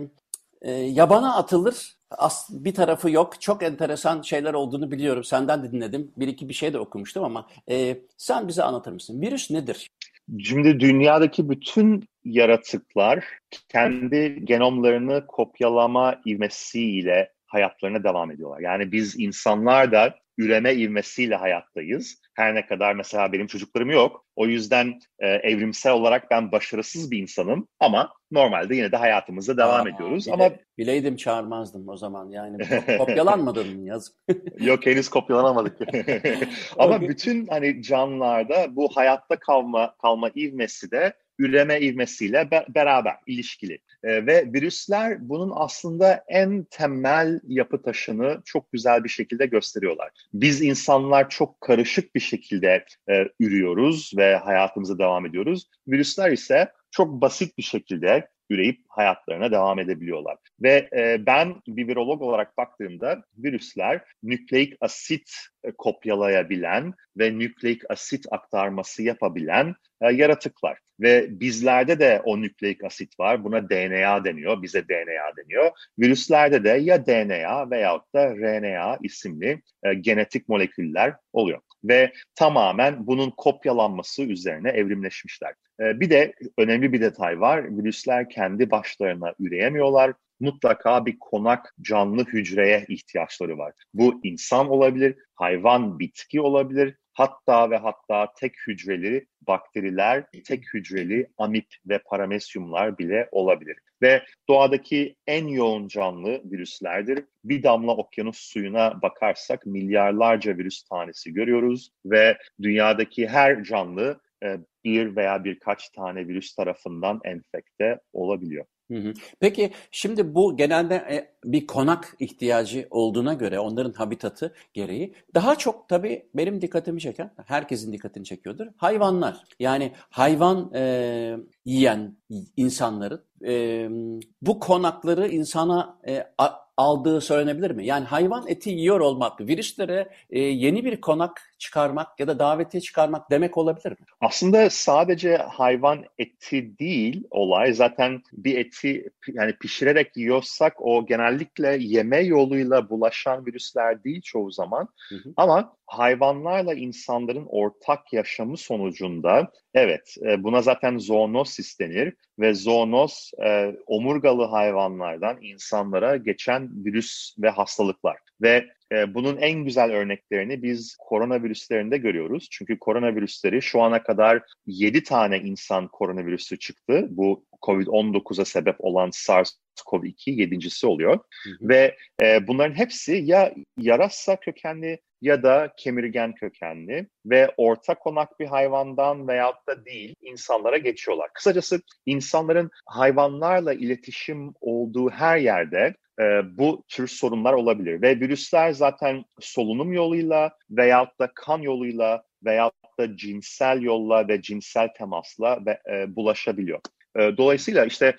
yabana atılır. Bir tarafı yok. Çok enteresan şeyler olduğunu biliyorum. Senden de dinledim. Bir iki bir şey de okumuştum ama sen bize anlatır mısın? Virüs nedir? Şimdi dünyadaki bütün yaratıklar kendi genomlarını kopyalama ivmesiyle hayatlarına devam ediyorlar. Yani biz insanlar da üreme ivmesiyle hayattayız. Her ne kadar mesela benim çocuklarım yok. O yüzden evrimsel olarak ben başarısız bir insanım ama normalde yine de hayatımıza devam ediyoruz. Ama bileydim çağırmazdım o zaman. Yani kopyalanmadın mı yazık? Yok, henüz kopyalanamadık. Ama bütün hani canlılarda bu hayatta kalma ivmesi de üreme ivmesiyle beraber ilişkili. Ve virüsler bunun aslında en temel yapı taşını çok güzel bir şekilde gösteriyorlar. Biz insanlar çok karışık bir şekilde ürüyoruz ve hayatımıza devam ediyoruz. Virüsler ise çok basit bir şekilde üreyip hayatlarına devam edebiliyorlar. Ve ben bir virolog olarak baktığımda virüsler nükleik asit kopyalayabilen ve nükleik asit aktarması yapabilen yaratıklar. Ve bizlerde de o nükleik asit var. Buna DNA deniyor. Bize DNA deniyor. Virüslerde de ya DNA veyahut da RNA isimli genetik moleküller oluyor. Ve tamamen bunun kopyalanması üzerine evrimleşmişler. Bir de önemli bir detay var. Virüsler kendi başlarına üreyemiyorlar. Mutlaka bir konak canlı hücreye ihtiyaçları var. Bu insan olabilir, hayvan, bitki olabilir. Hatta ve hatta tek hücreli bakteriler, tek hücreli amip ve paramesyumlar bile olabilir. Ve doğadaki en yoğun canlı virüslerdir. Bir damla okyanus suyuna bakarsak milyarlarca virüs tanesi görüyoruz ve dünyadaki her canlı bir veya birkaç tane virüs tarafından enfekte olabiliyor. Hı hı. Peki şimdi bu genelde bir konak ihtiyacı olduğuna göre onların habitatı gereği daha çok tabii benim dikkatimi çeken, herkesin dikkatini çekiyordur, hayvanlar. Yani hayvan yiyen insanların bu konakları insana aldığı söylenebilir mi? Yani hayvan eti yiyor olmak virüslere yeni bir konak çıkarmak ya da davetiye çıkarmak demek olabilir mi? Aslında sadece hayvan eti değil olay. Zaten bir eti yani pişirerek yiyorsak o genellikle yeme yoluyla bulaşan virüsler değil çoğu zaman. Hı hı. Ama hayvanlarla insanların ortak yaşamı sonucunda evet buna zaten zoonosis denir ve zoonoz omurgalı hayvanlardan insanlara geçen virüs ve hastalıklar. Ve bunun en güzel örneklerini biz koronavirüslerinde görüyoruz. Çünkü koronavirüsleri şu ana kadar 7 tane insan koronavirüsü çıktı. Bu COVID-19'a sebep olan SARS-CoV-2 yedincisi oluyor. Hı hı. Ve bunların hepsi ya yarasa kökenli ya da kemirgen kökenli ve orta konak bir hayvandan veyahut da değil insanlara geçiyorlar. Kısacası insanların hayvanlarla iletişim olduğu her yerde bu tür sorunlar olabilir. Ve virüsler zaten solunum yoluyla veyahut da kan yoluyla veyahut da cinsel yolla ve cinsel temasla bulaşabiliyor. Dolayısıyla işte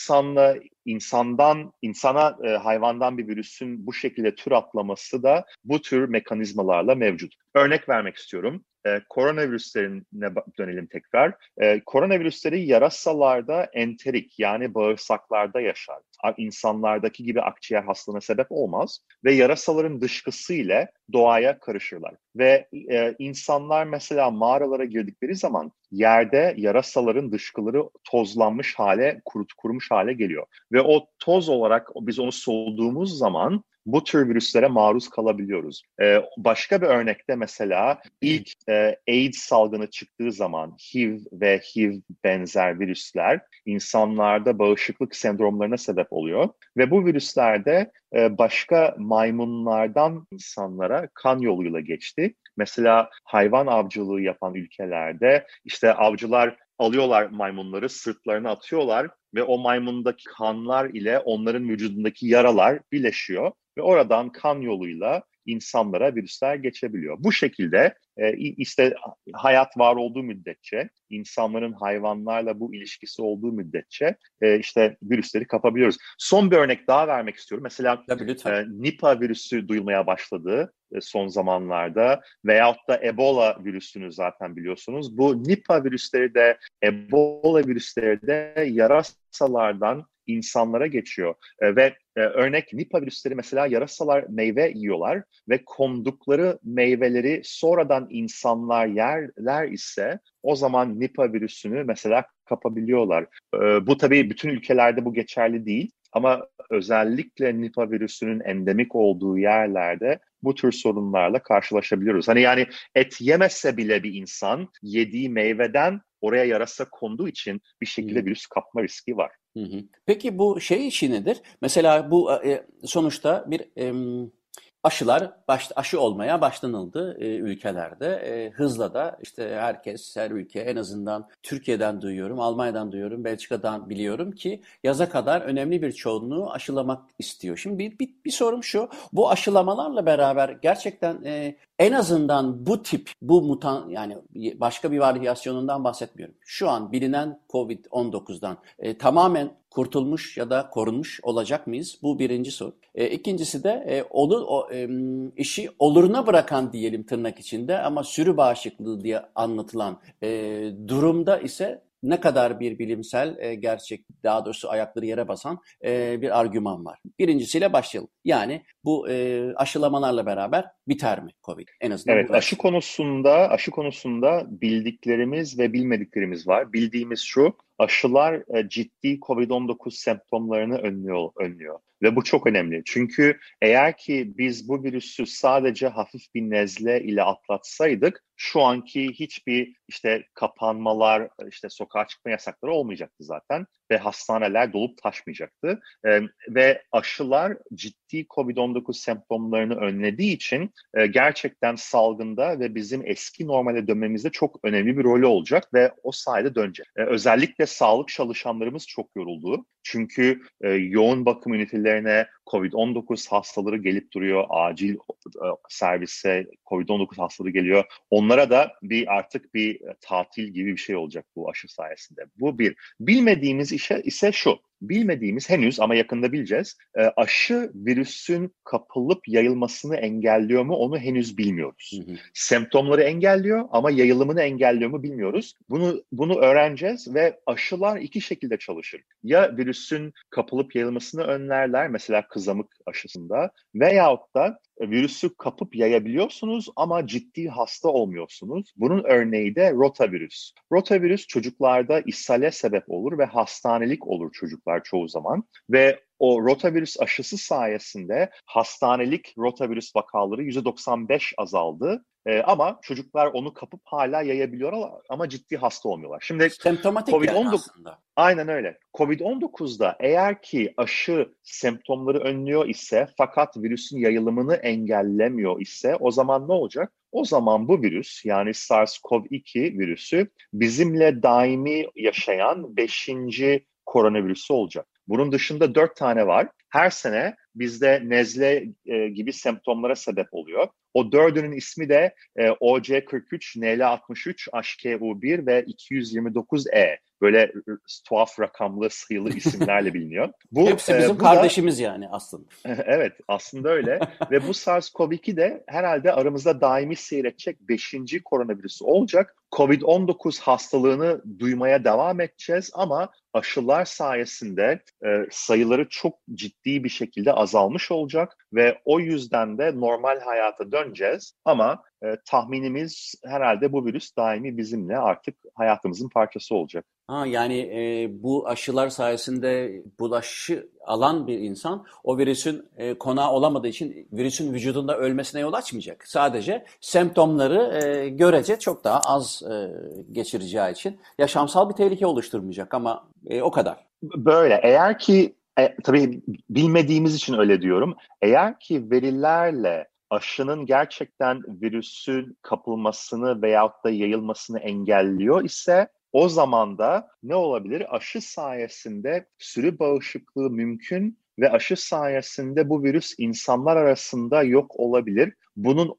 insandan insana hayvandan bir virüsün bu şekilde tür atlaması da bu tür mekanizmalarla mevcut. Örnek vermek istiyorum. Koronavirüslerine dönelim tekrar. Koronavirüsleri yarasalarda enterik yani bağırsaklarda yaşar. İnsanlardaki gibi akciğer hastalığına sebep olmaz ve yarasaların dışkısı ile doğaya karışırlar. Ve insanlar mesela mağaralara girdikleri zaman yerde yarasaların dışkıları tozlanmış hale, kurumuş hale geliyor. Ve o toz olarak biz onu soluduğumuz zaman bu tür virüslere maruz kalabiliyoruz. Başka bir örnekte mesela ilk AIDS salgını çıktığı zaman HIV ve HIV benzer virüsler insanlarda bağışıklık sendromlarına sebep oluyor. Ve bu virüslerde başka maymunlardan insanlara kan yoluyla geçti. Mesela hayvan avcılığı yapan ülkelerde işte avcılar alıyorlar maymunları, sırtlarına atıyorlar ve o maymundaki kanlar ile onların vücudundaki yaralar birleşiyor ve oradan kan yoluyla insanlara virüsler geçebiliyor. Bu şekilde işte hayat var olduğu müddetçe, insanların hayvanlarla bu ilişkisi olduğu müddetçe işte virüsleri kapabiliyoruz. Son bir örnek daha vermek istiyorum. Mesela Tabii lütfen. Nipah virüsü duyulmaya başladı son zamanlarda veyahut da Ebola virüsünü zaten biliyorsunuz. Bu Nipah virüsleri de Ebola virüsleri de yarasalardan insanlara geçiyor. Ve örnek Nipah virüsleri mesela yarasalar meyve yiyorlar ve kondukları meyveleri sonradan insanlar yerler ise o zaman Nipah virüsünü mesela kapabiliyorlar. Bu tabii bütün ülkelerde bu geçerli değil ama özellikle Nipah virüsünün endemik olduğu yerlerde bu tür sorunlarla karşılaşabiliyoruz. Hani yani et yemese bile bir insan yediği meyveden oraya yarasa konduğu için bir şekilde virüs kapma riski var. Hı hı. Peki bu şey işi nedir? Mesela bu sonuçta bir aşı olmaya başlanıldı ülkelerde. Hızla da işte her ülke en azından Türkiye'den duyuyorum, Almanya'dan duyuyorum, Belçika'dan biliyorum ki yaza kadar önemli bir çoğunluğu aşılamak istiyor. Şimdi bir sorum şu, bu aşılamalarla beraber gerçekten en azından bu tip, bu mutan, yani başka bir varyasyonundan bahsetmiyorum. Şu an bilinen COVID-19'dan tamamen kurtulmuş ya da korunmuş olacak mıyız? Bu birinci soru. İkincisi de işi oluruna bırakan diyelim tırnak içinde ama sürü bağışıklığı diye anlatılan durumda ise ne kadar bir bilimsel gerçek, daha doğrusu ayakları yere basan bir argüman var. Birincisiyle başlayalım. Yani bu aşılamalarla beraber biter mi COVID? En azından Evet, bu versiyon. aşı konusunda bildiklerimiz ve bilmediklerimiz var. Bildiğimiz şu, aşılar ciddi COVID-19 semptomlarını önlüyor. Ve bu çok önemli. Çünkü eğer ki biz bu virüsü sadece hafif bir nezle ile atlatsaydık, şu anki hiçbir işte kapanmalar, işte sokağa çıkma yasakları olmayacaktı zaten ve hastaneler dolup taşmayacaktı. Ve aşılar ciddi COVID-19 semptomlarını önlediği için gerçekten salgında ve bizim eski normale dönmemizde çok önemli bir rolü olacak ve o sayede dönecek. Özellikle sağlık çalışanlarımız çok yoruldu. Çünkü yoğun bakım ünitelerine COVID-19 hastaları gelip duruyor. Acil servise COVID-19 hastaları geliyor. Onlara da artık bir tatil gibi bir şey olacak bu aşı sayesinde. Bu bir. Bilmediğimiz ise şu. Bilmediğimiz henüz ama yakında bileceğiz. Aşı virüsün kapılıp yayılmasını engelliyor mu onu henüz bilmiyoruz. Hı hı. Semptomları engelliyor ama yayılımını engelliyor mu bilmiyoruz. Bunu öğreneceğiz ve aşılar iki şekilde çalışır. Ya virüsün kapılıp yayılmasını önlerler mesela kızamık aşısında veyahut da virüsü kapıp yayabiliyorsunuz ama ciddi hasta olmuyorsunuz. Bunun örneği de rotavirüs. Rotavirüs çocuklarda ishale sebep olur ve hastanelik olur çocuklar çoğu zaman ve o rotavirüs aşısı sayesinde hastanelik rotavirüs vakaları %95 azaldı. Ama çocuklar onu kapıp hala yayabiliyorlar ama ciddi hasta olmuyorlar. Şimdi Semptomatik yani COVID-19 aslında. aynen öyle. COVID-19'da eğer ki aşı semptomları önlüyor ise fakat virüsün yayılımını engellemiyor ise o zaman ne olacak? O zaman bu virüs yani SARS-CoV-2 virüsü bizimle daimi yaşayan 5. koronavirüsü olacak. Bunun dışında 4 tane var. Her sene bizde nezle gibi semptomlara sebep oluyor. O dördünün ismi de OC43, NL63, HKU1 ve 229E. Böyle tuhaf rakamlı sayılı isimlerle biliniyor. Hepsi bizim Bu da kardeşimiz yani aslında. evet aslında öyle ve bu SARS-CoV-2 de herhalde aramızda daimi seyredecek 5. koronavirüsü olacak. COVID-19 hastalığını duymaya devam edeceğiz ama aşılar sayesinde sayıları çok ciddi bir şekilde azalmış olacak ve o yüzden de normal hayata döneceğiz ama tahminimiz herhalde bu virüs daimi bizimle artık hayatımızın parçası olacak. Yani bu aşılar sayesinde bulaşı alan bir insan o virüsün konağı olamadığı için virüsün vücudunda ölmesine yol açmayacak. Sadece semptomları görece çok daha az geçireceği için yaşamsal bir tehlike oluşturmayacak ama o kadar. Böyle eğer ki tabii bilmediğimiz için öyle diyorum. Eğer ki verilerle aşının gerçekten virüsün kapılmasını veyahut da yayılmasını engelliyor ise o zaman da ne olabilir? Aşı sayesinde sürü bağışıklığı mümkün ve aşı sayesinde bu virüs insanlar arasında yok olabilir. Bunun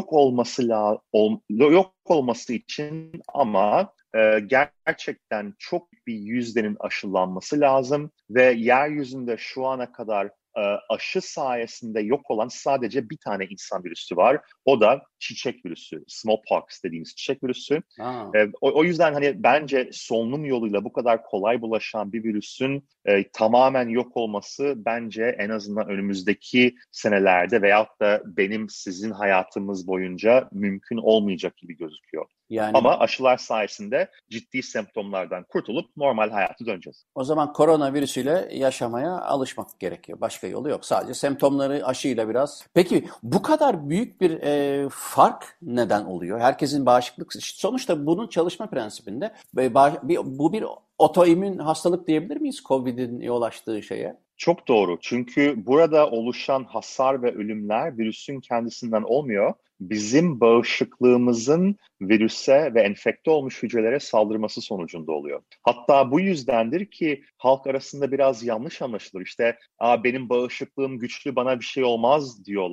yok olması için ama gerçekten çok bir yüzdenin aşılanması lazım ve yeryüzünde şu ana kadar aşı sayesinde yok olan sadece bir tane insan virüsü var. O da çiçek virüsü, smallpox dediğimiz çiçek virüsü. Aa. O yüzden hani bence solunum yoluyla bu kadar kolay bulaşan bir virüsün tamamen yok olması bence en azından önümüzdeki senelerde veyahut da benim sizin hayatımız boyunca mümkün olmayacak gibi gözüküyor. Yani Ama aşılar sayesinde ciddi semptomlardan kurtulup normal hayata döneceğiz. o zaman koronavirüsüyle yaşamaya alışmak gerekiyor. Başka yolu yok. Sadece semptomları aşıyla biraz. Peki bu kadar büyük bir fark neden oluyor? Herkesin bağışıklık... Sonuçta bunun çalışma prensibinde bu bir otoimmün hastalık diyebilir miyiz COVID'in yol açtığı şeye? Çok doğru. Çünkü burada oluşan hasar ve ölümler virüsün kendisinden olmuyor. Bizim bağışıklığımızın virüse ve enfekte olmuş hücrelere saldırması sonucunda oluyor. Hatta bu yüzdendir ki halk arasında biraz yanlış anlaşılır. İşte benim bağışıklığım güçlü bana bir şey olmaz diyorlar.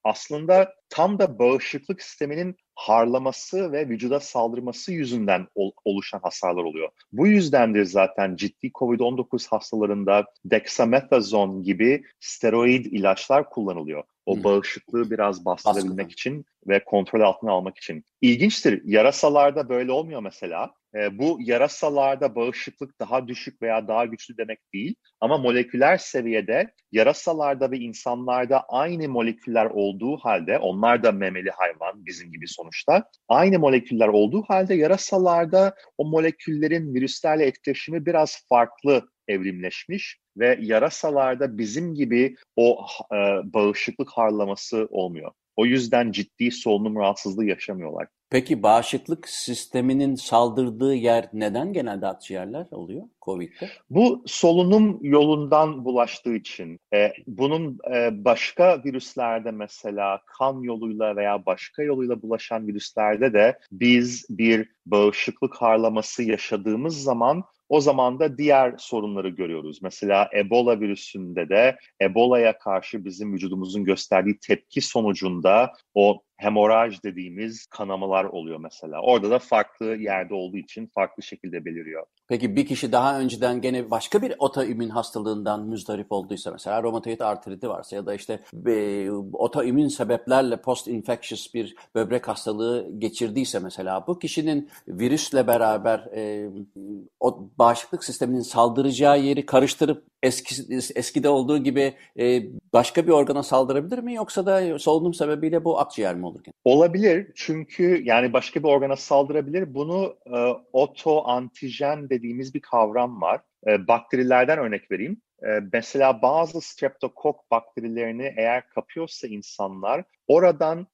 aslında tam da bağışıklık sisteminin harlaması ve vücuda saldırması yüzünden oluşan hasarlar oluyor. Bu yüzdendir zaten ciddi COVID-19 hastalarında dexamethasone gibi steroid ilaçlar kullanılıyor. O bağışıklığı biraz bastırabilmek için ve kontrol altına almak için. İlginçtir. Yarasalarda böyle olmuyor mesela. Bu yarasalarda bağışıklık daha düşük veya daha güçlü demek değil. Ama moleküler seviyede yarasalarda ve insanlarda aynı moleküller olduğu halde, onlar da memeli hayvan bizim gibi sonuçta, aynı moleküller olduğu halde yarasalarda o moleküllerin virüslerle etkileşimi biraz farklı evrimleşmiş ve yarasalarda bizim gibi o bağışıklık harlaması olmuyor. O yüzden ciddi solunum rahatsızlığı yaşamıyorlar. Peki bağışıklık sisteminin saldırdığı yer neden genelde akciğerler oluyor COVID'de? Bu solunum yolundan bulaştığı için. Bunun başka virüslerde mesela kan yoluyla veya başka yoluyla bulaşan virüslerde de biz bir bağışıklık harlaması yaşadığımız zaman o zaman da diğer sorunları görüyoruz. Mesela Ebola virüsünde de Ebola'ya karşı bizim vücudumuzun gösterdiği tepki sonucunda o hemoraj dediğimiz kanamalar oluyor mesela. Orada da farklı yerde olduğu için farklı şekilde beliriyor. Peki bir kişi daha önceden gene başka bir otoimmün hastalığından müzdarip olduysa, mesela romatoid artriti varsa ya da işte otoimmün sebeplerle post-infectious bir böbrek hastalığı geçirdiyse mesela, bu kişinin virüsle beraber o bağışıklık sisteminin saldıracağı yeri karıştırıp eskide olduğu gibi başka bir organa saldırabilir mi, yoksa da solunum sebebiyle bu akciğer mi olur? Olabilir, çünkü yani başka bir organa saldırabilir. Bunu otoantijen dediğimiz bir kavram var. Bakterilerden örnek vereyim. Mesela bazı streptokok bakterilerini eğer kapıyorsa insanlar, oradan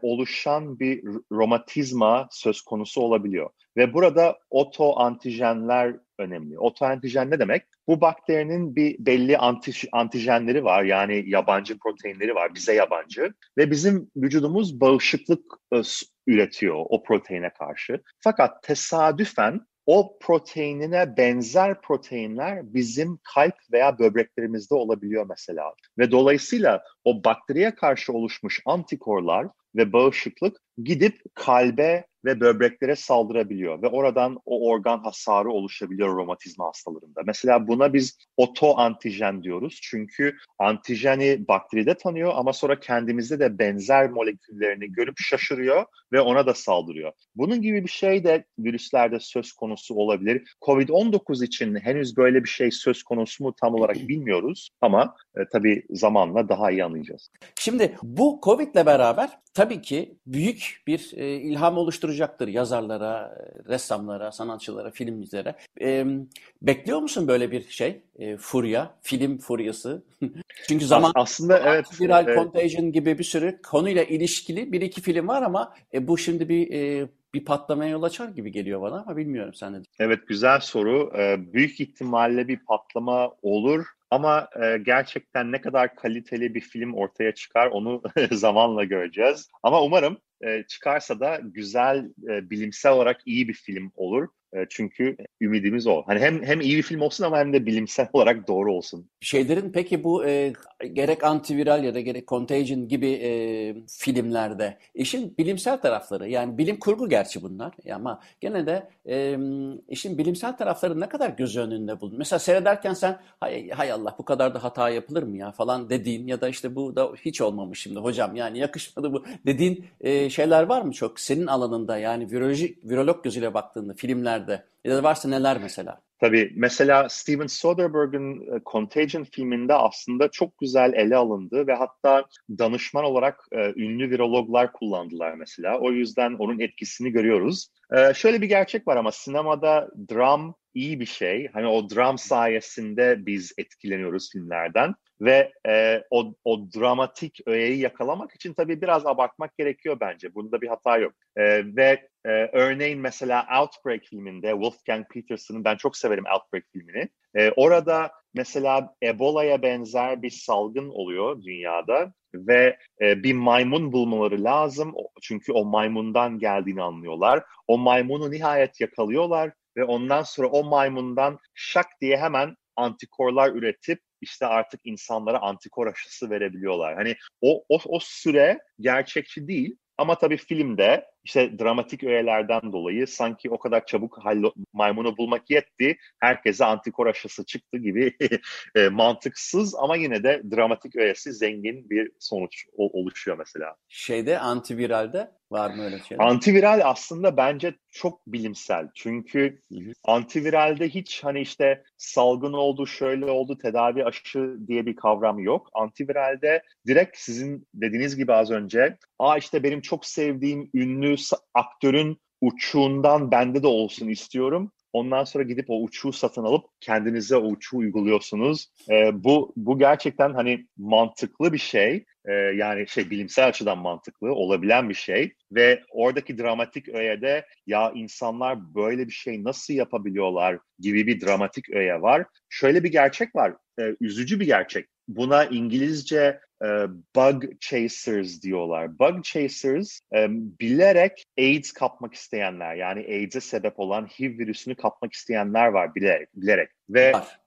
oluşan bir romatizma söz konusu olabiliyor. Ve burada otoantijenler önemli. Otoantijen ne demek? Bu bakterinin bir belli antijenleri var, yani yabancı proteinleri var, bize yabancı. Ve bizim vücudumuz bağışıklık üretiyor o proteine karşı. Fakat tesadüfen o proteinine benzer proteinler bizim kalp veya böbreklerimizde olabiliyor mesela. Ve dolayısıyla o bakteriye karşı oluşmuş antikorlar ve bağışıklık gidip kalbe ve böbreklere saldırabiliyor ve oradan o organ hasarı oluşabiliyor romatizma hastalarında. Mesela buna biz otoantijen diyoruz. Çünkü antijeni bakteride tanıyor ama sonra kendimizde de benzer moleküllerini görüp şaşırıyor ve ona da saldırıyor. Bunun gibi bir şey de virüslerde söz konusu olabilir. COVID-19 için henüz böyle bir şey söz konusu mu tam olarak bilmiyoruz ama tabii zamanla daha iyi anlayacağız. Şimdi bu Covid'le beraber tabii ki büyük bir ilham oluşturacaktır yazarlara, ressamlara, sanatçılara, filmcilere. Bekliyor musun böyle bir şey? Furya, film furyası. Çünkü Aslında evet. Viral Contagion gibi bir sürü konuyla ilişkili bir iki film var ama bu şimdi bir patlamaya yol açar gibi geliyor bana, ama bilmiyorum, sen ne diyorsun? Evet, güzel soru. Büyük ihtimalle bir patlama olur ama gerçekten ne kadar kaliteli bir film ortaya çıkar onu zamanla göreceğiz. Ama umarım çıkarsa da güzel, bilimsel olarak iyi bir film olur. Çünkü ümidimiz o. Hani hem iyi bir film olsun ama hem de bilimsel olarak doğru olsun. Şeylerin peki bu gerek antiviral ya da gerek Contagion gibi filmlerde işin bilimsel tarafları, yani bilim kurgu gerçi bunlar ama gene de işin bilimsel tarafları ne kadar göz önünde bulun? Mesela seyrederken sen hay Allah, bu kadar da hata yapılır mı ya falan dediğin ya da işte bu da hiç olmamış şimdi hocam, yani yakışmadı bu dediğin şeyler var mı çok senin alanında, yani virolog gözüyle baktığında filmlerde, ya da varsa neler mesela? Tabii, mesela Steven Soderbergh'in Contagion filminde aslında çok güzel ele alındı ve hatta danışman olarak ünlü virologlar kullandılar mesela. O yüzden onun etkisini görüyoruz. Şöyle bir gerçek var ama sinemada dram iyi bir şey. Hani o dram sayesinde biz etkileniyoruz filmlerden. Ve o dramatik öğeyi yakalamak için tabii biraz abartmak gerekiyor bence. Bunda bir hata yok. Ve örneğin mesela Outbreak filminde Wolfgang Petersen'ın, ben çok severim Outbreak filmini. Orada mesela Ebola'ya benzer bir salgın oluyor dünyada ve bir maymun bulmaları lazım. Çünkü o maymundan geldiğini anlıyorlar. O maymunu nihayet yakalıyorlar ve ondan sonra o maymundan şak diye hemen antikorlar üretip işte artık insanlara antikor aşısı verebiliyorlar. Hani o süre gerçekçi değil. Ama tabii filmde işte dramatik öğelerden dolayı sanki o kadar çabuk maymunu bulmak yetti. Herkese antikor aşısı çıktı gibi mantıksız ama yine de dramatik öğesi zengin bir sonuç oluşuyor mesela. Şeyde antiviralde var mı öyle şeyler? Antiviral aslında bence çok bilimsel. Çünkü Hı hı. antiviralde hiç hani işte salgın oldu, şöyle oldu, tedavi aşı diye bir kavram yok. Antiviralde direkt sizin dediğiniz gibi az önce, işte benim çok sevdiğim ünlü aktörün uçuğundan bende de olsun istiyorum. Ondan sonra gidip o uçuğu satın alıp kendinize o uçuğu uyguluyorsunuz. Bu gerçekten hani mantıklı bir şey. Yani bilimsel açıdan mantıklı olabilen bir şey ve oradaki dramatik öğede ya insanlar böyle bir şey nasıl yapabiliyorlar gibi bir dramatik öğe var. Şöyle bir gerçek var, üzücü bir gerçek. Buna İngilizce bug chasers diyorlar. Bug chasers bilerek AIDS kapmak isteyenler, yani AIDS'e sebep olan HIV virüsünü kapmak isteyenler var bilerek. Ve Var.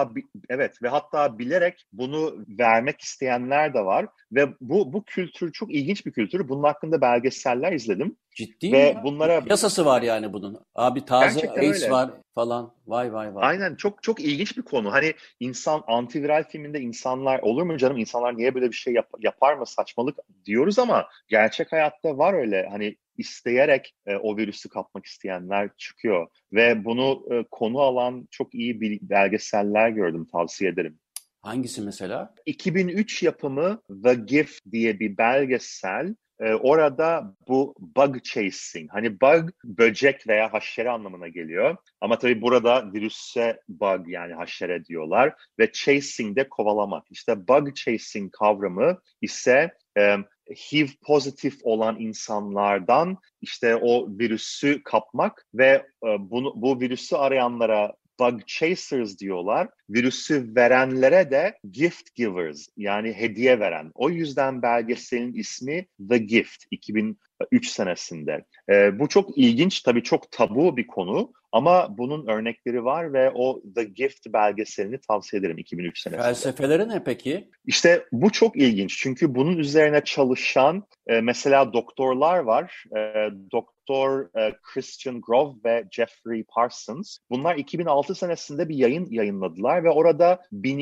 hatta bilerek bunu vermek isteyenler de var ve bu kültür çok ilginç bir kültür. Bunun hakkında belgeseller izledim Ciddi mi ve ya? bunlara Yasası var yani bunun. Abi taze gerçekten AIDS öyle. var falan. Vay vay vay. Aynen, çok çok ilginç bir konu. Hani antiviral filminde insanlar olur mu canım, insanlar niye böyle bir şey yapar mı, saçmalık diyoruz ama gerçek hayatta var öyle. Hani isteyerek o virüsü kapmak isteyenler çıkıyor ve bunu konu alan çok iyi belgeseller gördüm, tavsiye ederim. Hangisi mesela? 2003 yapımı The Gift diye bir belgesel. Orada bu bug chasing, hani bug böcek veya haşere anlamına geliyor. Ama tabii burada virüse bug, yani haşere diyorlar ve chasing de kovalamak. İşte bug chasing kavramı ise HIV pozitif olan insanlardan işte o virüsü kapmak ve bu virüsü arayanlara bug chasers diyorlar. Virüsü verenlere de gift givers, yani hediye veren. O yüzden belgeselin ismi The Gift, 2003 senesinde. Bu çok ilginç, tabii çok tabu bir konu ama bunun örnekleri var ve o The Gift belgeselini tavsiye ederim, 2003 senesinde. Felsefeleri ne peki? İşte bu çok ilginç çünkü bunun üzerine çalışan mesela doktorlar var. Doktor Christian Grove ve Jeffrey Parsons. Bunlar 2006 senesinde bir yayın yayınladılar ve orada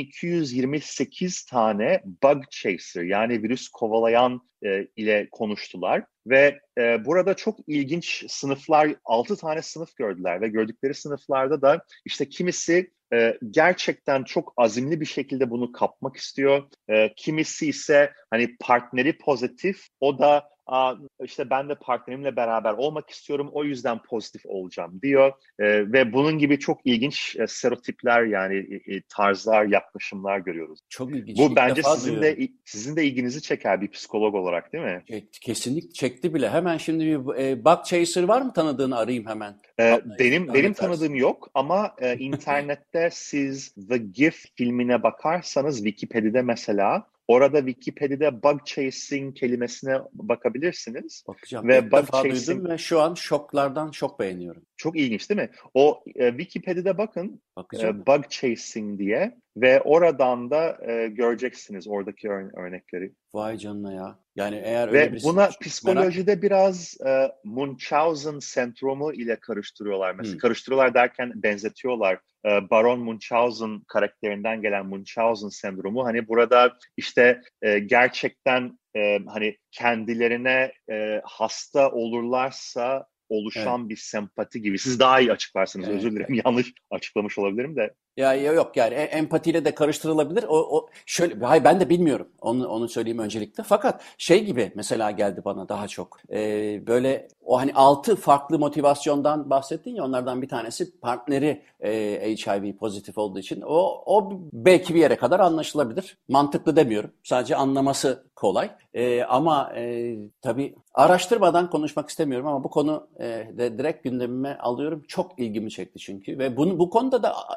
1228 tane bug chaser, yani virüs kovalayan ile konuştular. Ve burada çok ilginç sınıflar, 6 tane sınıf gördüler ve gördükleri sınıflarda da işte kimisi gerçekten çok azimli bir şekilde bunu kapmak istiyor. Kimisi ise hani partneri pozitif, o da işte ben de partnerimle beraber olmak istiyorum, o yüzden pozitif olacağım diyor. Ve bunun gibi çok ilginç serotipler, yani tarzlar, yaklaşımlar görüyoruz. Çok ilginç. Bu İlk bence defa duyuyorum. sizin de ilginizi çeker bir psikolog olarak, değil mi? Kesinlikle çekti bile. Hemen şimdi bir bug chaser var mı tanıdığını arayayım hemen. Benim Zahmet versin. tanıdığım yok ama internette siz The Gift filmine bakarsanız Wikipedia'da mesela, orada Wikipedia'da bug chasing kelimesine bakabilirsiniz Bakacağım. ve İlk bug defa duydum chasing ve şu an şoklardan şok beğeniyorum. çok ilginç, değil mi? O Wikipedia'da bakın, Bakacağım. bug chasing diye ve oradan da göreceksiniz oradaki örnekleri. Vay canına ya. Yani eğer öyle Ve birisi buna merak et. psikolojide biraz Munchausen sendromu ile karıştırıyorlar. Mesela Hmm, karıştırıyorlar derken benzetiyorlar. Baron Munchausen karakterinden gelen Munchausen sendromu. Hani burada işte gerçekten hani kendilerine hasta olurlarsa evet. oluşan bir sempati gibi. Siz daha iyi açıklarsınız. Evet. Özür dilerim, yanlış açıklamış olabilirim de. Ya yok yani empatiyle de karıştırılabilir. O şöyle, hayır ben de bilmiyorum. Onu söyleyeyim öncelikle. Fakat şey gibi mesela geldi bana daha çok. Böyle o hani 6 farklı motivasyondan bahsettin ya, onlardan bir tanesi partneri HIV pozitif olduğu için. O belki bir yere kadar anlaşılabilir. Mantıklı demiyorum. Sadece anlaması kolay. Ama tabii araştırmadan konuşmak istemiyorum ama bu konu de direkt gündemime alıyorum. Çok ilgimi çekti çünkü ve bu konuda da hani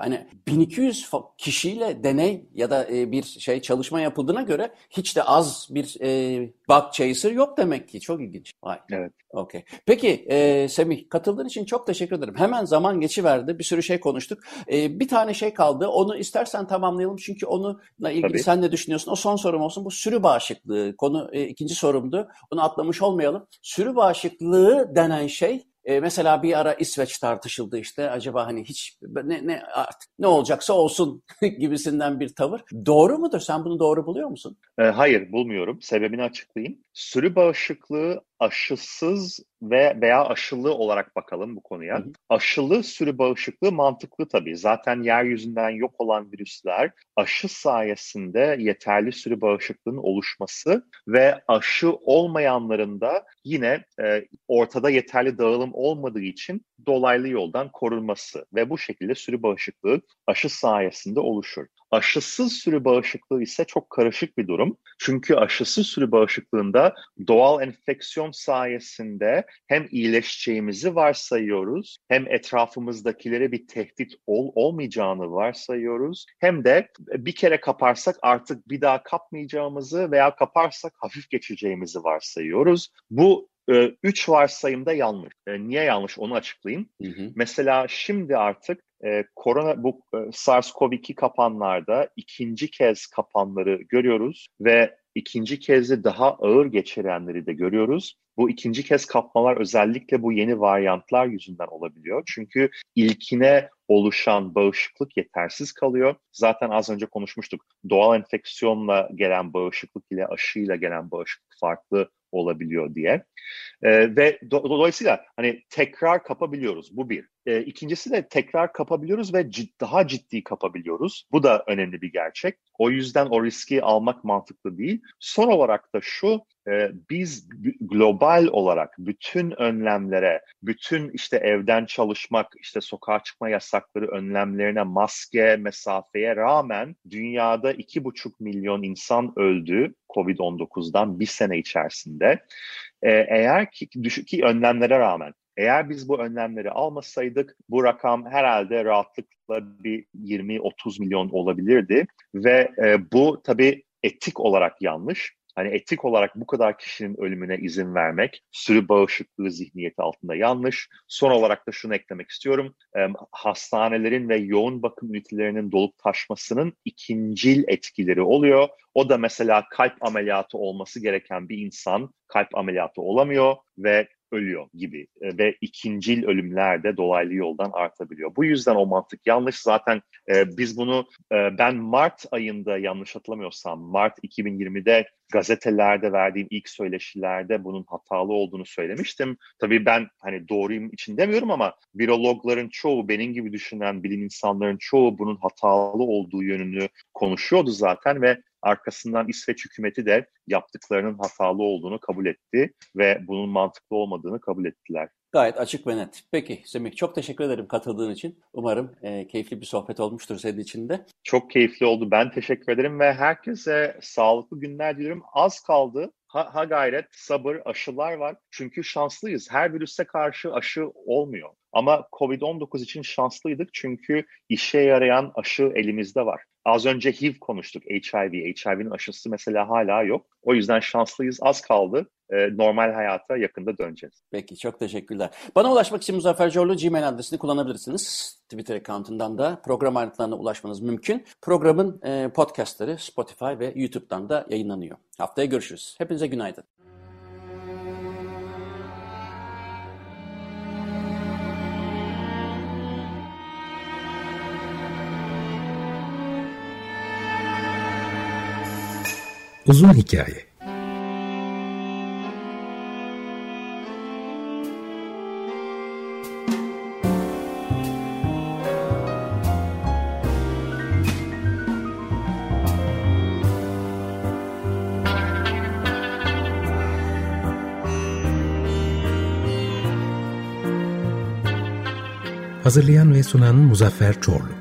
Yani 1200 kişiyle deney ya da bir çalışma yapıldığına göre hiç de az bir bug chaser yok demek ki. Çok ilginç. Vay. Evet. Okay. Peki Semih, katıldığın için çok teşekkür ederim. Hemen zaman geçiverdi. Bir sürü şey konuştuk. Bir tane şey kaldı. Onu istersen tamamlayalım. Çünkü onunla ilgili sen ne düşünüyorsun? O son sorum olsun. Bu sürü bağışıklığı. Konu ikinci sorumdu. Onu atlamış olmayalım. Sürü bağışıklığı denen şey mesela bir ara İsveç tartışıldı işte. Acaba hani hiç artık ne olacaksa olsun gibisinden bir tavır. Doğru mudur? Sen bunu doğru buluyor musun? Hayır, bulmuyorum. Sebebini açıklayayım. Sürü bağışıklığı aşısız veya aşılı olarak bakalım bu konuya. Hı hı. Aşılı sürü bağışıklığı mantıklı tabii. Zaten yeryüzünden yok olan virüsler aşı sayesinde yeterli sürü bağışıklığının oluşması ve aşı olmayanların da yine ortada yeterli dağılım olmadığı için dolaylı yoldan korunması ve bu şekilde sürü bağışıklığı aşı sayesinde oluşur. Aşısız sürü bağışıklığı ise çok karışık bir durum. Çünkü aşısız sürü bağışıklığında doğal enfeksiyon sayesinde hem iyileşeceğimizi varsayıyoruz, hem etrafımızdakilere bir tehdit olmayacağını varsayıyoruz, hem de bir kere kaparsak artık bir daha kapmayacağımızı veya kaparsak hafif geçeceğimizi varsayıyoruz. Bu 3 varsayımda yanlış. Niye yanlış onu açıklayayım. Mesela şimdi artık bu SARS-CoV-2 kapanlarda ikinci kez kapanları görüyoruz ve ikinci kez de daha ağır geçirenleri de görüyoruz. Bu ikinci kez kapmalar özellikle bu yeni varyantlar yüzünden olabiliyor. Çünkü ilkine oluşan bağışıklık yetersiz kalıyor. Zaten az önce konuşmuştuk. Doğal enfeksiyonla gelen bağışıklık ile aşıyla gelen bağışıklık farklı olabiliyor diye. Ve dolayısıyla hani tekrar kapabiliyoruz. Bu bir. İkincisi de tekrar kapabiliyoruz ve daha ciddi kapabiliyoruz. Bu da önemli bir gerçek. O yüzden o riski almak mantıklı değil. Son olarak da şu, biz global olarak bütün önlemlere, bütün işte evden çalışmak, işte sokağa çıkma yasakları önlemlerine, maske, mesafeye rağmen dünyada 2,5 milyon insan öldü COVID-19'dan bir sene içerisinde. Eğer ki önlemlere rağmen, eğer biz bu önlemleri almasaydık bu rakam herhalde rahatlıkla bir 20-30 milyon olabilirdi ve bu tabii etik olarak yanlış. Hani etik olarak bu kadar kişinin ölümüne izin vermek sürü bağışıklığı zihniyeti altında yanlış. Son olarak da şunu eklemek istiyorum. Hastanelerin ve yoğun bakım ünitelerinin dolup taşmasının ikincil etkileri oluyor. O da mesela kalp ameliyatı olması gereken bir insan kalp ameliyatı olamıyor ve ölüyor gibi ve ikincil ölümler de dolaylı yoldan artabiliyor. Bu yüzden o mantık yanlış. Zaten biz bunu ben Mart ayında yanlış hatırlamıyorsam Mart 2020'de gazetelerde verdiğim ilk söyleşilerde bunun hatalı olduğunu söylemiştim. Tabii ben hani doğruyum için demiyorum ama virologların çoğu, benim gibi düşünen bilim insanların çoğu bunun hatalı olduğu yönünü konuşuyordu zaten ve arkasından İsveç hükümeti de yaptıklarının hatalı olduğunu kabul etti ve bunun mantıklı olmadığını kabul ettiler. Gayet açık ve net. Peki Semih, çok teşekkür ederim katıldığın için. Umarım keyifli bir sohbet olmuştur senin için de. Çok keyifli oldu. Ben teşekkür ederim ve herkese sağlıklı günler diliyorum. Az kaldı. Ha gayret, sabır, aşılar var. Çünkü şanslıyız. Her virüse karşı aşı olmuyor. Ama COVID-19 için şanslıydık çünkü işe yarayan aşı elimizde var. Az önce HIV konuştuk, HIV. HIV'nin aşısı mesela hala yok. O yüzden şanslıyız, az kaldı. Normal hayata yakında döneceğiz. Peki, çok teşekkürler. Bana ulaşmak için Muzaffer Corlu Gmail adresini kullanabilirsiniz. Twitter account'undan da program ayrıntılarına ulaşmanız mümkün. Programın podcastları Spotify ve YouTube'dan da yayınlanıyor. Haftaya görüşürüz. Hepinize günaydın. Uzun hikaye. Hazırlayan ve sunan Muzaffer Çorlu.